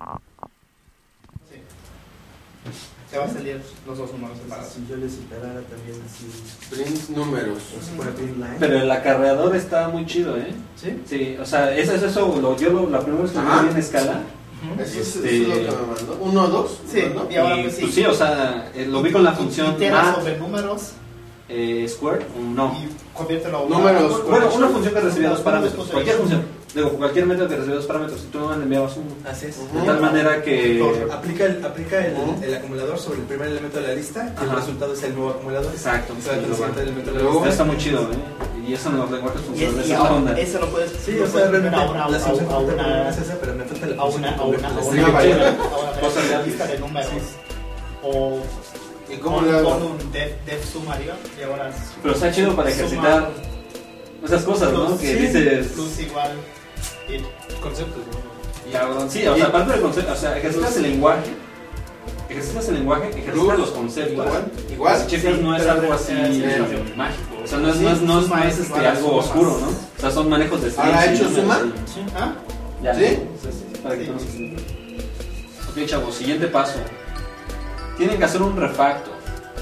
Te va a salir los dos números separados. Si yo le separara también así, Print números. así por aquí en line. Pero el acarreador está muy chido, ¿eh? ¿Sí? Sí, o sea, eso es eso, lo, yo lo, la primera vez que Ajá. vi en escala. Eso es, Este- eso es lo que me mandó. ¿Uno o dos? Sí, ¿no? y ahora Y, pues sí. pues sí, o sea, eh, lo vi con la función Itera mat, sobre números eh, square, un no. y conviértelo a Números. Bueno, una función que recibía dos Una parámetros, función. cualquier función. Digo, cualquier método que recibía dos parámetros, y tú no le enviabas uno. Así es. De tal manera que... Aplica, el, aplica el, Ujú. el acumulador sobre el primer elemento de la lista y el Ajá. resultado es el nuevo acumulador. Exacto. O sea, el siguiente elemento de la Luego- Eso lista. está muy chido, ¿eh? Y eso en los lenguajes Y, funcionales es, y es la ahora, onda. eso lo puedes Sí, lo o sea, puedes realmente poner a una, a, la solución a, a completa una, es esa, pero me falta la a una, función a una, a completa. una, Sí, vaya. a una Cosas reales. lista de números o ¿Y cómo con, le hago? con un def, def sumario y ahora Pero está chido para ejercitar esas cosas, ¿no? plus, Que sí, dices... plus igual it. Conceptos, ¿no? Cabrón, sí, o sea, aparte del concepto, o sea, ejercitas el lenguaje, ejercitas el lenguaje, ejercitas los conceptos. Igual. Igual. Si checas, no es algo así sí. mágico, o sea, no es, no es, no es, no es, este, algo oscuro, ¿no? O sea, son manejos de ¿Ahora ha strings y hecho números suma? y- ¿Ah? Ya, ¿Sí? ¿no? Entonces, para que conozcas. Ok, chavos, siguiente paso. Tienen que hacer un refacto.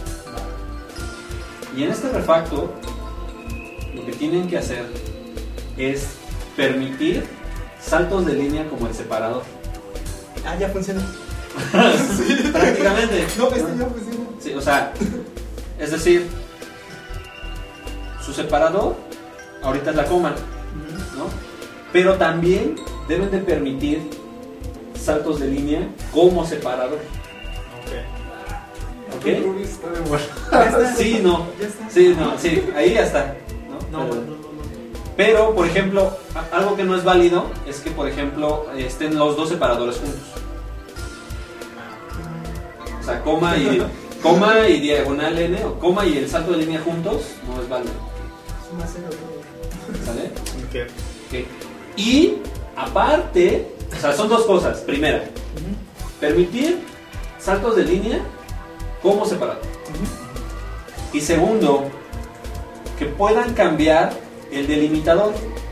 Y en este refacto, lo que tienen que hacer es permitir saltos de línea como el separador. Ah, ya funciona. Prácticamente. No, este ya funciona. Sí, o sea, es decir, su separador ahorita es la coma, ¿no? Pero también deben de permitir saltos de línea como separador. ¿Ok? Está de bueno. Ya está. Sí, no. Ya está. Sí, no, sí, ahí ya está. ¿no? No, no, Pero- no, no. Pero, por ejemplo, a- algo que no es válido es que, por ejemplo, estén los dos separadores juntos. O sea, coma y, coma y diagonal n, o coma y el salto de línea juntos, no es válido. Suma cero todo. ¿Sale? Ok. Y, aparte, o sea, son dos cosas. Primera, permitir saltos de línea como separador. Y segundo, que puedan cambiar el delimitador.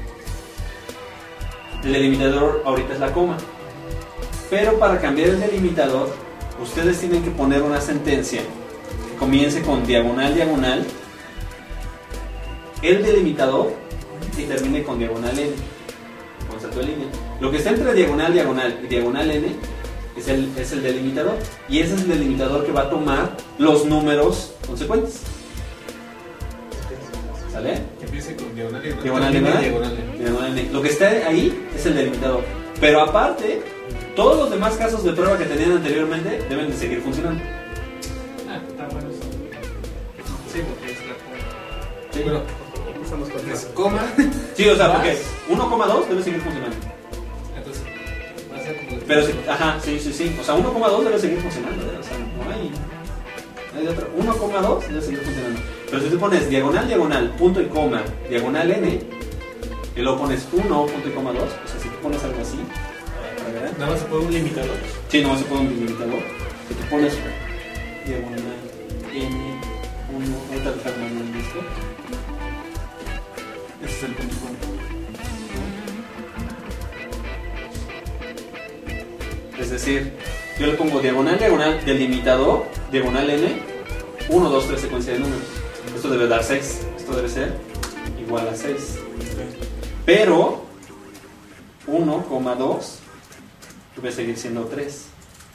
El delimitador ahorita es la coma. Pero para cambiar el delimitador, ustedes tienen que poner una sentencia comience con diagonal, diagonal, el delimitador y termine con diagonal n, con salto de línea. Lo que está entre diagonal, diagonal y diagonal n es el, es el delimitador, y ese es el delimitador que va a tomar los números consecuentes. ¿Sale? Que empiece con diagonal, diagonal, Diagonal, diagonal, diagonal, diagonal. diagonal n. Lo que está ahí es el delimitador. Pero aparte, todos los demás casos de prueba que tenían anteriormente deben de seguir funcionando. Ah, está bueno eso. Sí, porque es la coma. ¿Sí? Bueno, Empezamos con es eso. coma. Sí, o sea, más. porque uno coma dos debe seguir funcionando. Entonces, va a ser como. Pero, si, ajá, sí, sí, sí. O sea, uno coma dos debe seguir funcionando. ¿eh? O sea, no hay. No hay de otro. uno coma dos debe seguir funcionando. Pero si tú pones diagonal, diagonal, punto y coma, diagonal n, y luego pones uno, punto y coma dos, o sea, si tú pones algo así, para ver, Nada más se pone un limitador. sí, no se pone un delimitador. Si tú pones diagonal n, uno, ahorita lo estamos viendo esto. Ese es el punto y coma. Es decir, yo le pongo diagonal, diagonal, delimitador, diagonal n, uno, dos, tres, secuencia de números. Esto debe dar seis. Esto debe ser igual a seis. Pero uno coma dos debe seguir siendo tres.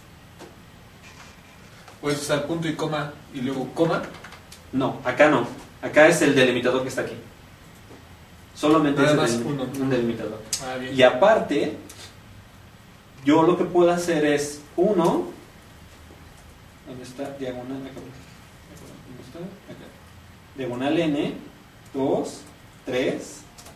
Puedes usar punto y coma y luego coma. No, acá no. Acá es el delimitador que está aquí. Solamente Nada es más el delim- uno. un delimitador. Ah, bien. Y aparte, yo lo que puedo hacer es uno. ¿Dónde está? Diagonal. Acá. ¿Dónde está? Acá. Diagonal n, dos, tres.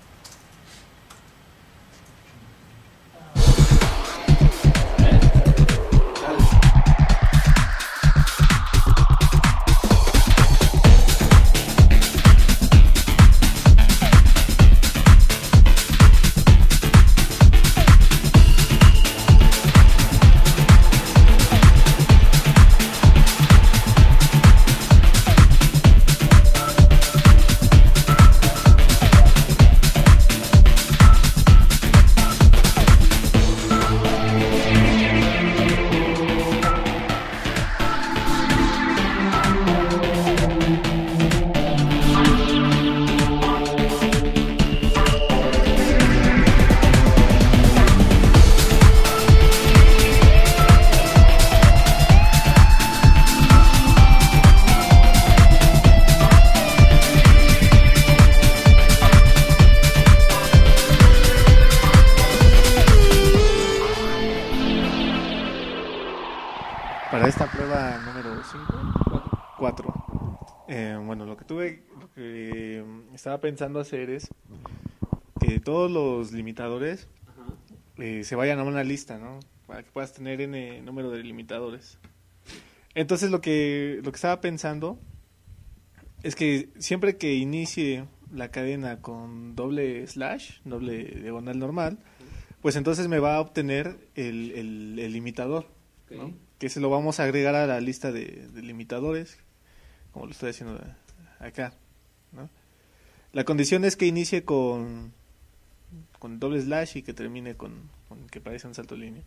Para esta prueba número cinco, cuatro. Eh, bueno, lo que tuve, lo que eh, estaba pensando hacer es que todos los limitadores eh, se vayan a una lista, ¿no? Para que puedas tener n número de limitadores. Entonces lo que lo que estaba pensando es que siempre que inicie la cadena con doble slash, doble diagonal normal, pues entonces me va a obtener el, el, el limitador, ¿no? Okay. Que se lo vamos a agregar a la lista de, de limitadores, como lo estoy haciendo acá, ¿no? La condición es que inicie con, con doble slash y que termine con, con que parezca un salto de línea.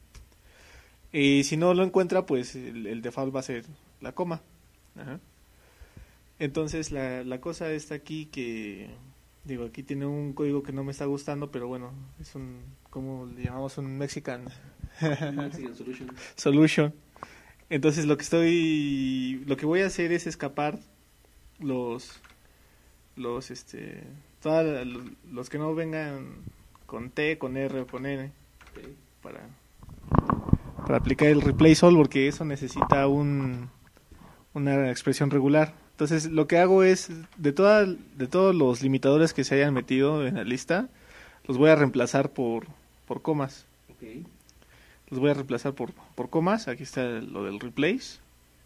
Y si no lo encuentra, pues el, el default va a ser la coma. Ajá. Entonces la, la cosa está aquí que, digo, aquí tiene un código que no me está gustando, pero bueno, es un, ¿cómo le llamamos? Un Mexican Mexican solution. solution. Entonces lo que estoy, lo que voy a hacer es escapar los, los, este, todas, los que no vengan con T, con R o con N, Okay. para, para aplicar el replace all, porque eso necesita un, una expresión regular. Entonces lo que hago es, de toda, de todos los limitadores que se hayan metido en la lista, los voy a reemplazar por, por comas. Okay. Los voy a reemplazar por, por comas. Aquí está lo del replace.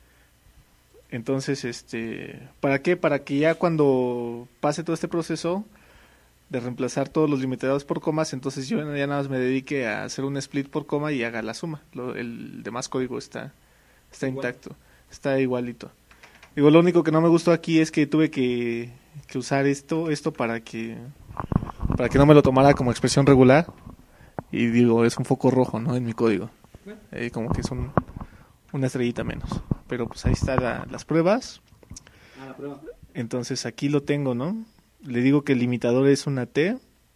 Entonces, este, ¿para qué? Para que ya cuando pase todo este proceso de reemplazar todos los limitadores por comas, entonces yo ya nada más me dedique a hacer un split por coma y haga la suma. Lo, el demás código está, está Igual. intacto, está igualito. Digo, lo único que no me gustó aquí es que tuve que, que usar esto, esto para que, para que no me lo tomara como expresión regular. Y digo, es un foco rojo, ¿no? En mi código. Eh, como que es un, una estrellita menos. Pero pues ahí están la, las pruebas. Ah, la prueba. Entonces aquí lo tengo, ¿no? Le digo que el limitador es una T.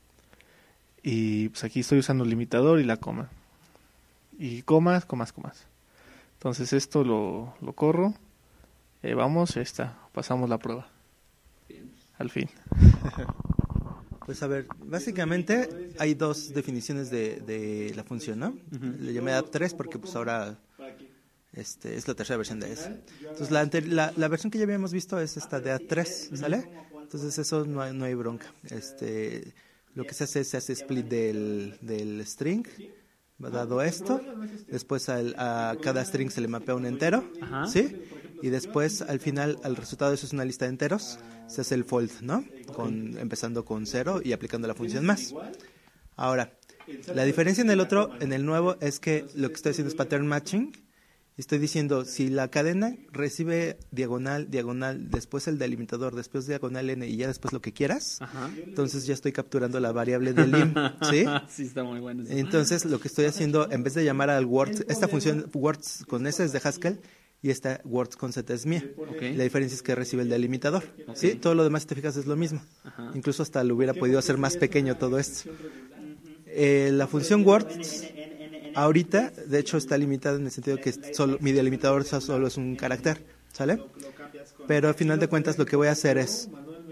Y pues aquí estoy usando el limitador y la coma. Y comas, comas, comas. Entonces esto lo, lo corro. Eh, vamos, ya está. Pasamos la prueba. Al fin. Pues a ver, básicamente hay dos definiciones de, de la función, ¿no? Ujú. Le llamé app tres porque pues ahora este, es la tercera versión de esa. Entonces la, anter- la, la versión que ya habíamos visto es esta de app tres, ¿sale? Entonces eso no hay, no hay bronca. Este, lo que se hace es se hace split del, del string, dado esto. Después al, a cada string se le mapea un entero, Ajá. ¿sí? Y después al final al resultado de eso es una lista de enteros. Se hace el fold, ¿no? Con, empezando con cero y aplicando la función más. Ahora, la diferencia en el otro, en el nuevo, es que lo que estoy haciendo es pattern matching. Estoy diciendo, si la cadena recibe diagonal, diagonal, después el delimitador, después diagonal n y ya después lo que quieras, Ajá. entonces ya estoy capturando la variable del lim, ¿sí? Sí, está muy bueno. eso. Entonces lo que estoy haciendo, en vez de llamar al words, esta función words con S es de Haskell y esta words con Z es mía. Ok. La diferencia es que recibe el delimitador, ¿sí? Todo lo demás, si te fijas, es lo mismo. Ajá. Incluso hasta lo hubiera podido hacer más pequeño todo esto. Eh, la función words ahorita, de hecho, está limitada en el sentido que solo, mi delimitador solo es un carácter, ¿sale? Pero al final de cuentas lo que voy a hacer es...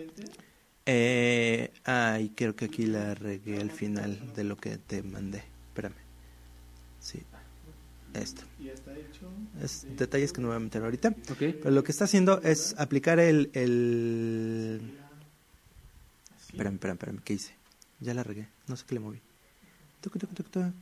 Eh, ay, creo que aquí la regué al final de lo que te mandé. Espérame. Sí. Esto. Es detalles que no voy a meter ahorita. Ok. Pero lo que está haciendo es aplicar el... el... Espérame, espérame, espérame. ¿Qué hice? Ya la regué. No sé qué le moví. Tuc, tuc, tuc, tuc.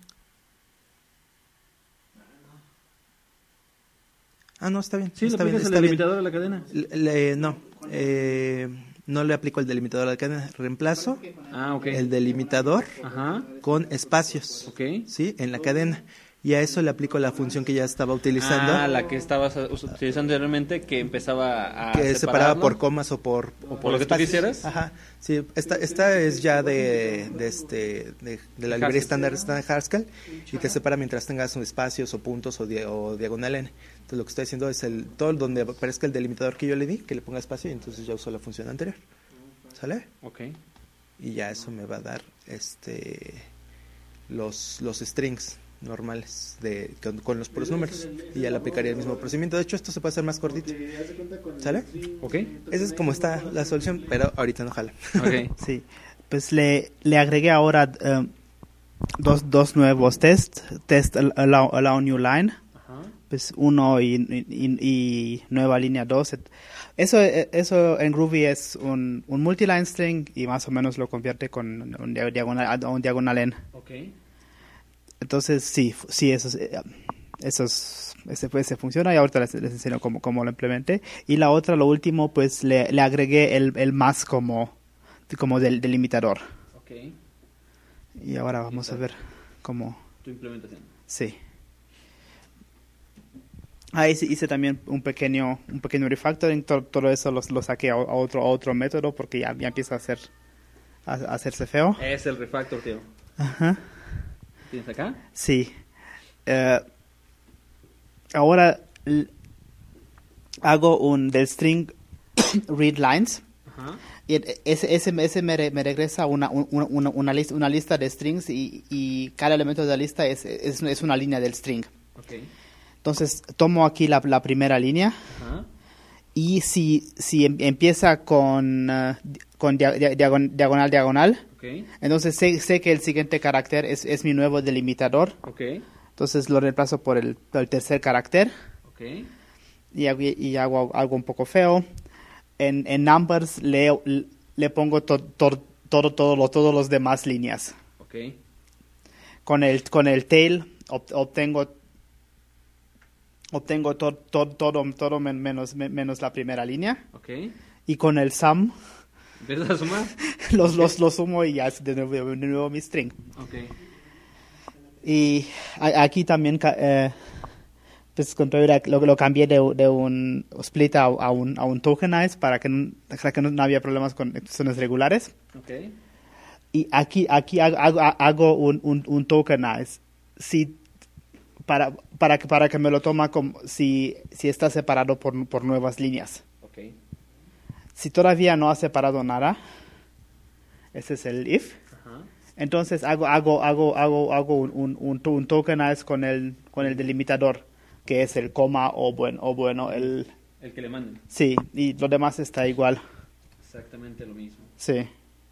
Ah, no, está bien. Sí, le está bien, aplicas el está bien. delimitador a la cadena. Le- le- no, eh, no le aplico el delimitador a la cadena. Reemplazo Ah, ok. el delimitador Ajá. con espacios, Ok. ¿sí? En la cadena. Y a eso le aplico la función que ya estaba utilizando, Ah, la que estabas uh, utilizando anteriormente, que empezaba a que separaba separarlo. por comas o por, o por lo que tú espacios. quisieras. Ajá. Sí, esta, esta es ya de, de, este, de, de la librería estándar estándar Haskell y te separa mientras tengas espacios o puntos o, dia- o diagonal n. Entonces lo que estoy haciendo es el todo donde aparezca el delimitador que yo le di, que le ponga espacio y entonces ya uso la función anterior. ¿Sale? Ok. Y ya eso me va a dar este los los strings normales de con, con los puros números y ya le aplicaría el mismo procedimiento. De hecho esto se puede hacer más cortito. ¿Sale? Ok. Esa es como está la solución, pero ahorita no jala. Ok. Sí, pues le, le agregué ahora eh, dos, dos nuevos tests. Test al- allow, allow new line, Ajá. pues uno y, y, y nueva línea dos. Eso, eh, eso en Groovy es un, un multiline string y más o menos lo convierte con un dia- diagonal, a un diagonal n. Ok. Entonces sí, f- sí, eso, es, eh, eso es- ese, pues, ese funciona y ahorita les, les enseño cómo, cómo lo implementé. Y la otra, lo último, pues le, le agregué el, el más como, como del delimitador. Ok. Y ahora vamos a ver cómo... Tu implementación. Sí. Ah, hice, hice también un pequeño un pequeño refactoring. To- todo eso lo, lo saqué a, a otro a otro método porque ya, ya empieza a, hacer, a, a hacerse feo. Es el refactor, tío. Ajá. ¿Tienes acá? Sí. Eh, ahora l- hago un del string read lines. Ajá. Y e- ese, ese, ese me, re- me regresa una, un- una, una, lista, una lista de strings y, y cada elemento de la lista es, es, es una línea del string. Ok. Entonces tomo aquí la, la primera línea Ajá. y si, si em- empieza con, eh, con dia- dia- diagon- diagonal diagonal, Ok. entonces sé, sé que el siguiente carácter es, es mi nuevo delimitador. Ok. Entonces lo reemplazo por el, el tercer carácter Ok. y, hago- y hago algo un poco feo. En, en numbers le, le pongo to- to- todo, todo, lo- todos los demás líneas. Ok. Con el, con el tail ob- obtengo obtengo to- to- todo, todo men- menos, men- menos la primera línea. Ok. Y con el sum ¿Empiezas a sumar? los, los, los sumo y ya es de nuevo, de nuevo mi string. Ok. Y a- aquí también ca- eh, pues con todo era- lo, lo cambié de, de un split a, a un, a un tokenize para que, no, para que no, no había problemas con expresiones regulares. Ok. Y aquí, aquí hago, hago, hago un, un, un tokenize si, para, para, que, para que me lo toma como si, si está separado por, por nuevas líneas. Ok. si todavía no ha separado nada, ese es el if. Ajá. Entonces hago hago hago hago hago un un, un, un tokenize con el con el delimitador, que es el coma o bueno o bueno el El que le manden. sí, y lo demás está igual. Exactamente lo mismo. Sí.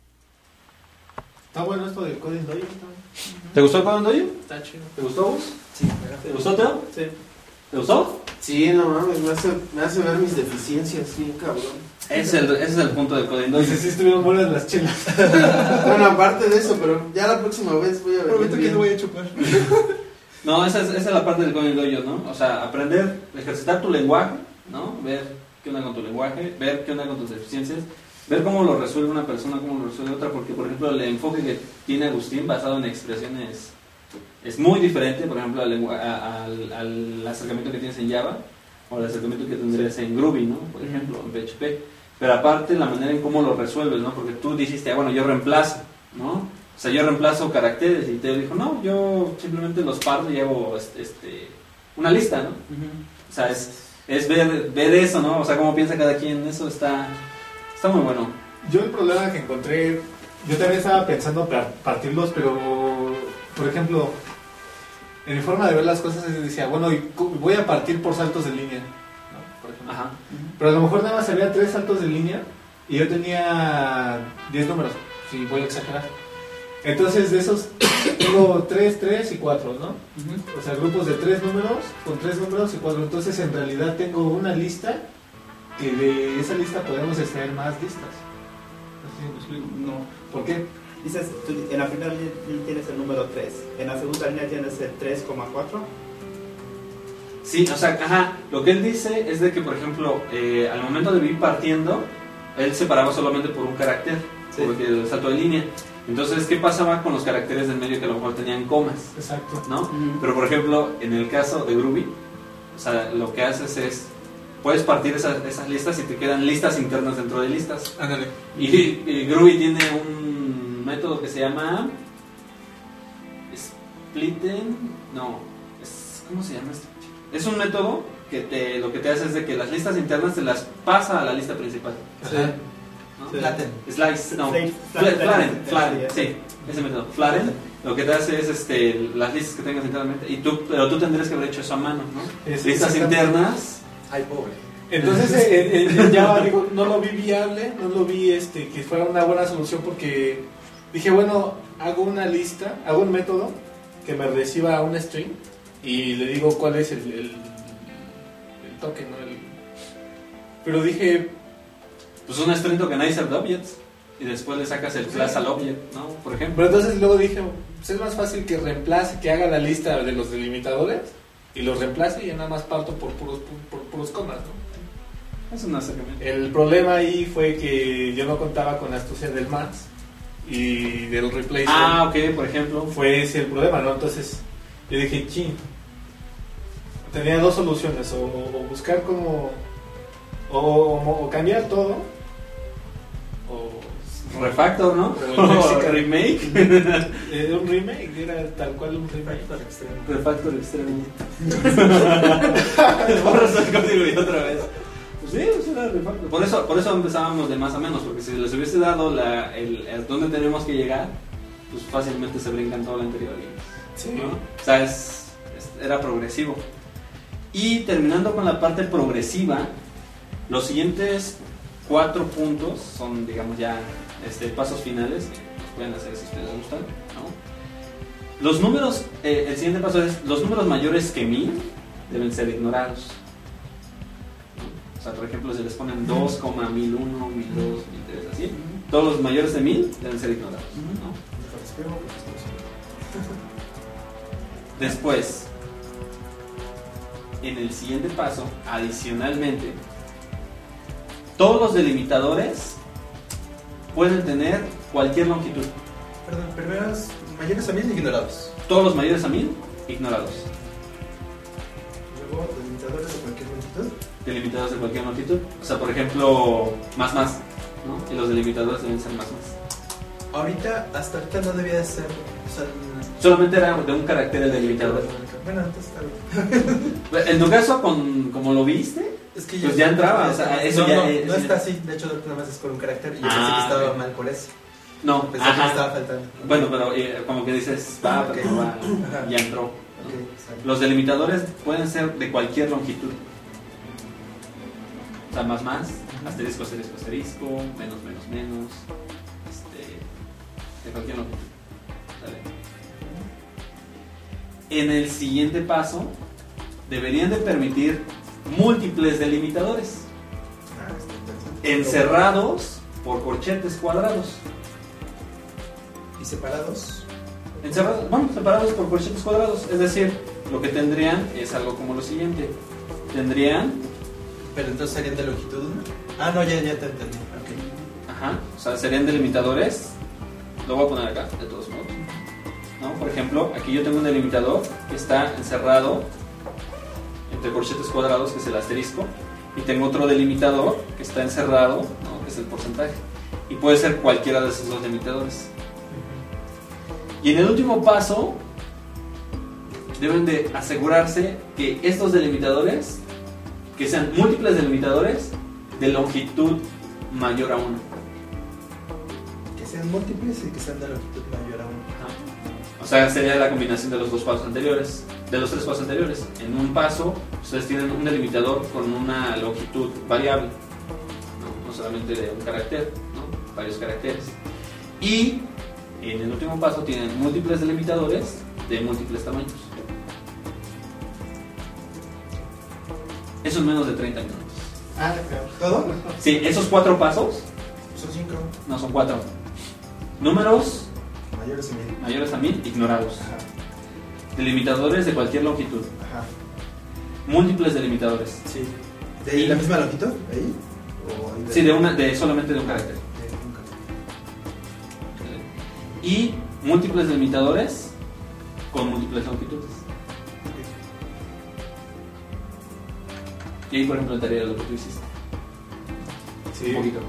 Está bueno esto del coding doy. ¿Te gustó el Coding Dojo? Está chido. ¿Te gustó vos? Sí, ¿Te gustó, Teo? Sí. ¿Te gustó? Sí, no mames, me hace, me hace ver mis deficiencias, sí, cabrón. Ese es el, ese es el punto del Coding Dojo. Dice, sí estuvieron buenas las chelas. Bueno, aparte de eso, pero ya la próxima vez voy a ver. Prometo que no voy a chupar. No, esa es, esa es la parte del Coding Dojo, ¿no? O sea, aprender, ejercitar tu lenguaje, ¿no? Ver qué onda con tu lenguaje, ver qué onda con tus deficiencias, ver cómo lo resuelve una persona, cómo lo resuelve otra, porque, por ejemplo, el enfoque que tiene Agustín basado en expresiones es muy diferente, por ejemplo, al, lengua- a- al, al acercamiento que tienes en Java o al acercamiento que tendrías en Groovy, ¿no? Por ejemplo, en P H P. Pero aparte, la manera en cómo lo resuelves, ¿no? Porque tú dijiste, ah, bueno, yo reemplazo, ¿no? O sea, yo reemplazo caracteres y te dijo, no, yo simplemente los parto y hago este, este, una lista, ¿no? O sea, es, es ver, ver eso, ¿no? O sea, cómo piensa cada quien, eso está, está muy bueno. Yo el problema que encontré, yo también estaba pensando par- partirlos, pero, por ejemplo, en mi forma de ver las cosas es decía, bueno, y cu- voy a partir por saltos de línea, ¿no? Por ejemplo. Ajá. Pero a lo mejor nada más había tres saltos de línea y yo tenía diez números, si voy a exagerar. Entonces de esos tengo tres, tres y cuatro, ¿no? O sea, grupos de tres números, con tres números y cuatro. Entonces en realidad tengo una lista que de esa lista podemos extraer más listas. No sé si me explico. No. ¿Por qué? Dices, tú en la primera línea tienes el número tres, en la segunda línea tienes el tres coma cuatro. Sí, o sea, ajá, lo que él dice es de que, por ejemplo, eh, al momento de ir partiendo, él separaba solamente por un carácter, Sí. porque el salto de línea. Entonces, ¿qué pasaba con los caracteres del medio que a lo mejor tenían comas? Exacto. ¿No? Pero, por ejemplo, en el caso de Groovy, o sea, lo que haces es, puedes partir esas, esas listas y te quedan listas internas dentro de listas. Ándale. Y, y Groovy tiene un método que se llama splitten, no, es, ¿cómo se llama esto? Es un método que te, lo que te hace es de que las listas internas te las pasa a la lista principal. Ajá. ¿no? Flatten. Slice, no, Flatten, Fla- flatten, Flatten, Flatten, sí. sí, ese método. Flatten, lo que te hace es este, las listas que tengas internamente, y tú, pero tú tendrías que haber hecho eso a mano, ¿no? Es- Listas exactamente. internas. Ay, pobre. Entonces en, en- en Java digo, no lo vi viable, no lo vi este que fuera una buena solución porque dije, bueno, hago una lista, hago un método que me reciba un string y le digo cuál es el, el, el token, ¿no? El- pero dije, Pues un string tokenizer de objects, y después le sacas el class al object, ¿no? Por ejemplo. pero entonces luego dije, pues es más fácil que reemplace, que haga la lista de los delimitadores y los reemplace y ya nada más parto por puros, por, por puros comas, ¿no? Es un acercamiento. El problema ahí fue que yo no contaba con la astucia del max y del replacement. Ah, ok, por ejemplo. Fue ese el problema, ¿no? Entonces yo dije, chin, tenía dos soluciones, o, o buscar como, o, o- o cambiar todo, o Refactor, ¿no? O el Mexican. Remake. eh, un remake, era tal cual un remake. Refactor extremo. Borras el código y otra vez. Pues sí, pues era refactor. Por eso, por eso empezábamos de más a menos, porque si les hubiese dado la, el, el dónde tenemos que llegar, pues fácilmente se brincan todo lo anterior. y- Sí. ¿no? O sea, es, es- era progresivo. Y terminando con la parte progresiva, los siguientes cuatro puntos son, digamos, ya este, pasos finales que los pueden hacer si ustedes gustan, ¿no? Los números, eh, el siguiente paso es, los números mayores que mil deben ser ignorados. ¿no? O sea, por ejemplo, se les ponen dos, mil uno, mil dos, mil tres, así. Todos los mayores de mil deben ser ignorados. ¿no? Después, en el siguiente paso, adicionalmente, todos los delimitadores pueden tener cualquier longitud. Perdón, primeros mayores a mil ignorados. Todos los mayores a mil, ignorados. Luego, delimitadores de cualquier longitud. Delimitados de cualquier longitud. O sea, por ejemplo, más más, ¿no? Y los delimitadores deben ser más más. Ahorita, hasta ahorita no debía de ser. O sea, Solamente era de un carácter el delimitador. Bueno, entonces está bien. En tu caso, con, como lo viste, Es que pues ya entraba, o sea, eso no, ya no, es- no está así. De hecho, nada más es con un carácter. Y yo Ah, pensé que estaba ok. mal por eso. no, Pensé que me ajá. estaba faltando. Bueno, pero eh, como que dices, va, pero no va, Ajá. ya entró. Ok, exacto. Los delimitadores pueden ser de cualquier longitud. O sea, más, más, asterisco, asterisco, asterisco, menos, menos, menos, este, de cualquier longitud. ¿Sale? En el siguiente paso, deberían de permitir múltiples delimitadores, Ah, está interesante. encerrados por corchetes cuadrados. ¿Y separados? Encerrados, bueno, separados por corchetes cuadrados. Es decir, lo que tendrían es algo como lo siguiente. Tendrían, Pero entonces serían de longitud uno. Ah, no, ya, ya te entendí. Ok. ajá, o sea, serían delimitadores. Lo voy a poner acá, de todos modos. ¿No? Por ejemplo, aquí yo tengo un delimitador que está encerrado entre corchetes cuadrados, que es el asterisco. Y tengo otro delimitador que está encerrado, ¿no? Que es el porcentaje. Y puede ser cualquiera de esos dos delimitadores. Y en el último paso, deben de asegurarse que estos delimitadores, que sean múltiples delimitadores de longitud mayor a uno. Que sean múltiples y que sean de longitud mayor a uno. O sea, sería la combinación de los dos pasos anteriores, de los tres pasos anteriores. En un paso, ustedes tienen un delimitador con una longitud variable, no, no solamente de un carácter, ¿no? Varios caracteres. Y en el último paso tienen múltiples delimitadores de múltiples tamaños. Eso en menos de treinta minutos. Ah, claro. ¿Todo? Sí, esos cuatro pasos, Son cinco. no son cuatro. Números Mayores y mil. mayores a mil, ignorados. Ajá. Delimitadores de cualquier longitud. Ajá. Múltiples delimitadores. Sí. ¿De Y- la misma longitud? ¿Ahí? ¿O ahí Sí, de una, de solamente de un carácter. de un carácter. Y múltiples delimitadores con múltiples longitudes. Y ahí, por ejemplo, entraría lo que tú hiciste. Sí. Un poquito.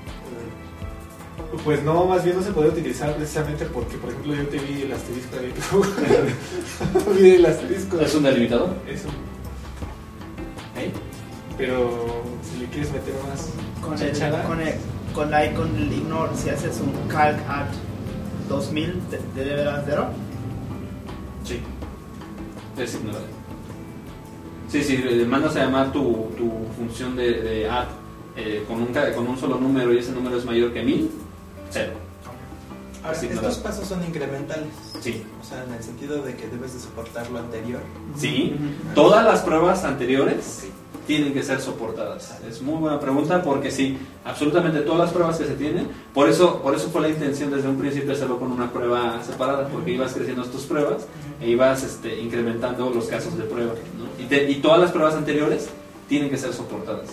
Pues no, más bien no se puede utilizar precisamente porque, por ejemplo, yo te vi el asterisco ahí. Vi el asterisco. ¿Es un delimitador? Eso. ¿Eh? Pero si le quieres meter más Con el, chachara, con el, con la, con el ignore, si haces un calc at dos mil, ¿te, te debe dar cero? Sí. Es ignorado. Sí, sí, le mandas a llamar tu, tu función de, de add eh, con, un, ca- con un solo número y ese número es mayor que mil, cero. Ahora, Sí, estos claro. pasos son incrementales. Sí. O sea, en el sentido de que debes de soportar lo anterior. Sí, todas las pruebas anteriores tienen que ser soportadas. Es muy buena pregunta porque sí, absolutamente todas las pruebas que se tienen, por eso, por eso fue la intención desde un principio hacerlo con una prueba separada, porque ibas creciendo tus pruebas e ibas este, incrementando los casos de prueba, ¿no? Y, te- y todas las pruebas anteriores tienen que ser soportadas.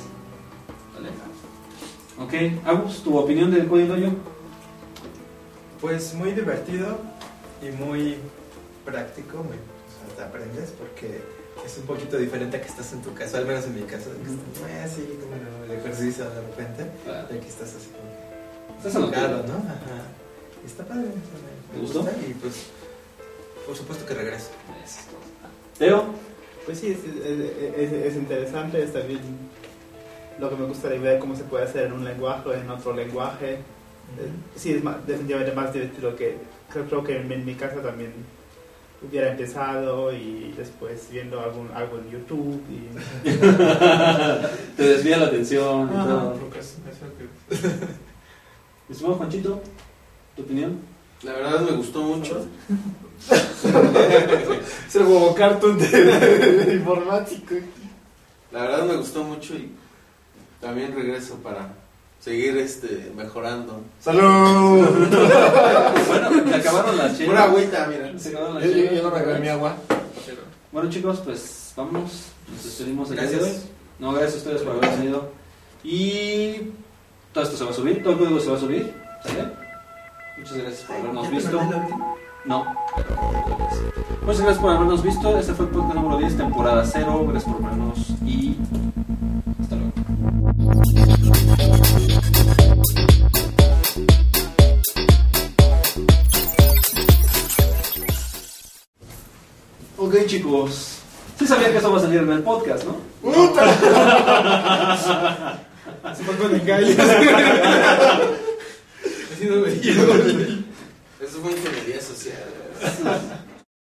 ¿Vale? Ok, Agus, ¿tu opinión del código yo? Pues muy divertido y muy práctico. Muy, o sea, te aprendes porque es un poquito diferente a que estás en tu casa, al menos en mi caso, de que estás muy así como en el ejercicio de repente. Claro. Y aquí estás así como Estás en lo enfocado, tuyo. ¿no? Ajá. Y está padre. o sea, me- ¿Te me gustó? gusta Y pues, por supuesto que regreso. Teo, Pues sí, es, es, es- es interesante, es también lo que me gustaría ver cómo se puede hacer en un lenguaje o en otro lenguaje. Eh, Sí, es más, definitivamente más divertido que creo, creo que en, en mi casa también hubiera empezado y después viendo algún, algo en YouTube y te desvía la atención y Ajá. todo. Procrastinación, que- Mi estimado Juanchito, ¿tu opinión? La verdad me gustó mucho. Es el huevo cartoon de, de informático. La verdad me gustó mucho y también regreso para seguir este mejorando. ¡Salud! Bueno, se acabaron las chelas. Pura agüita, mira. Se acabaron las Yo, yo- chelas. yo no regalé mi agua. Bueno, chicos, pues vámonos. Nos despedimos el día de hoy. Gracias. No, gracias a ustedes por haber venido. Y todo esto se va a subir, todo el código se va a subir. ¿Sale? Muchas gracias por habernos ¿Ya te visto. mandé la última? No. Muchas gracias por habernos visto. Este fue el podcast número diez, temporada cero. Gracias por vernos y hasta luego. Ok, chicos. Sí sabían que eso va a salir en el podcast, ¿no? Se fue con engaños. Así no me Eso fue ingeniería social.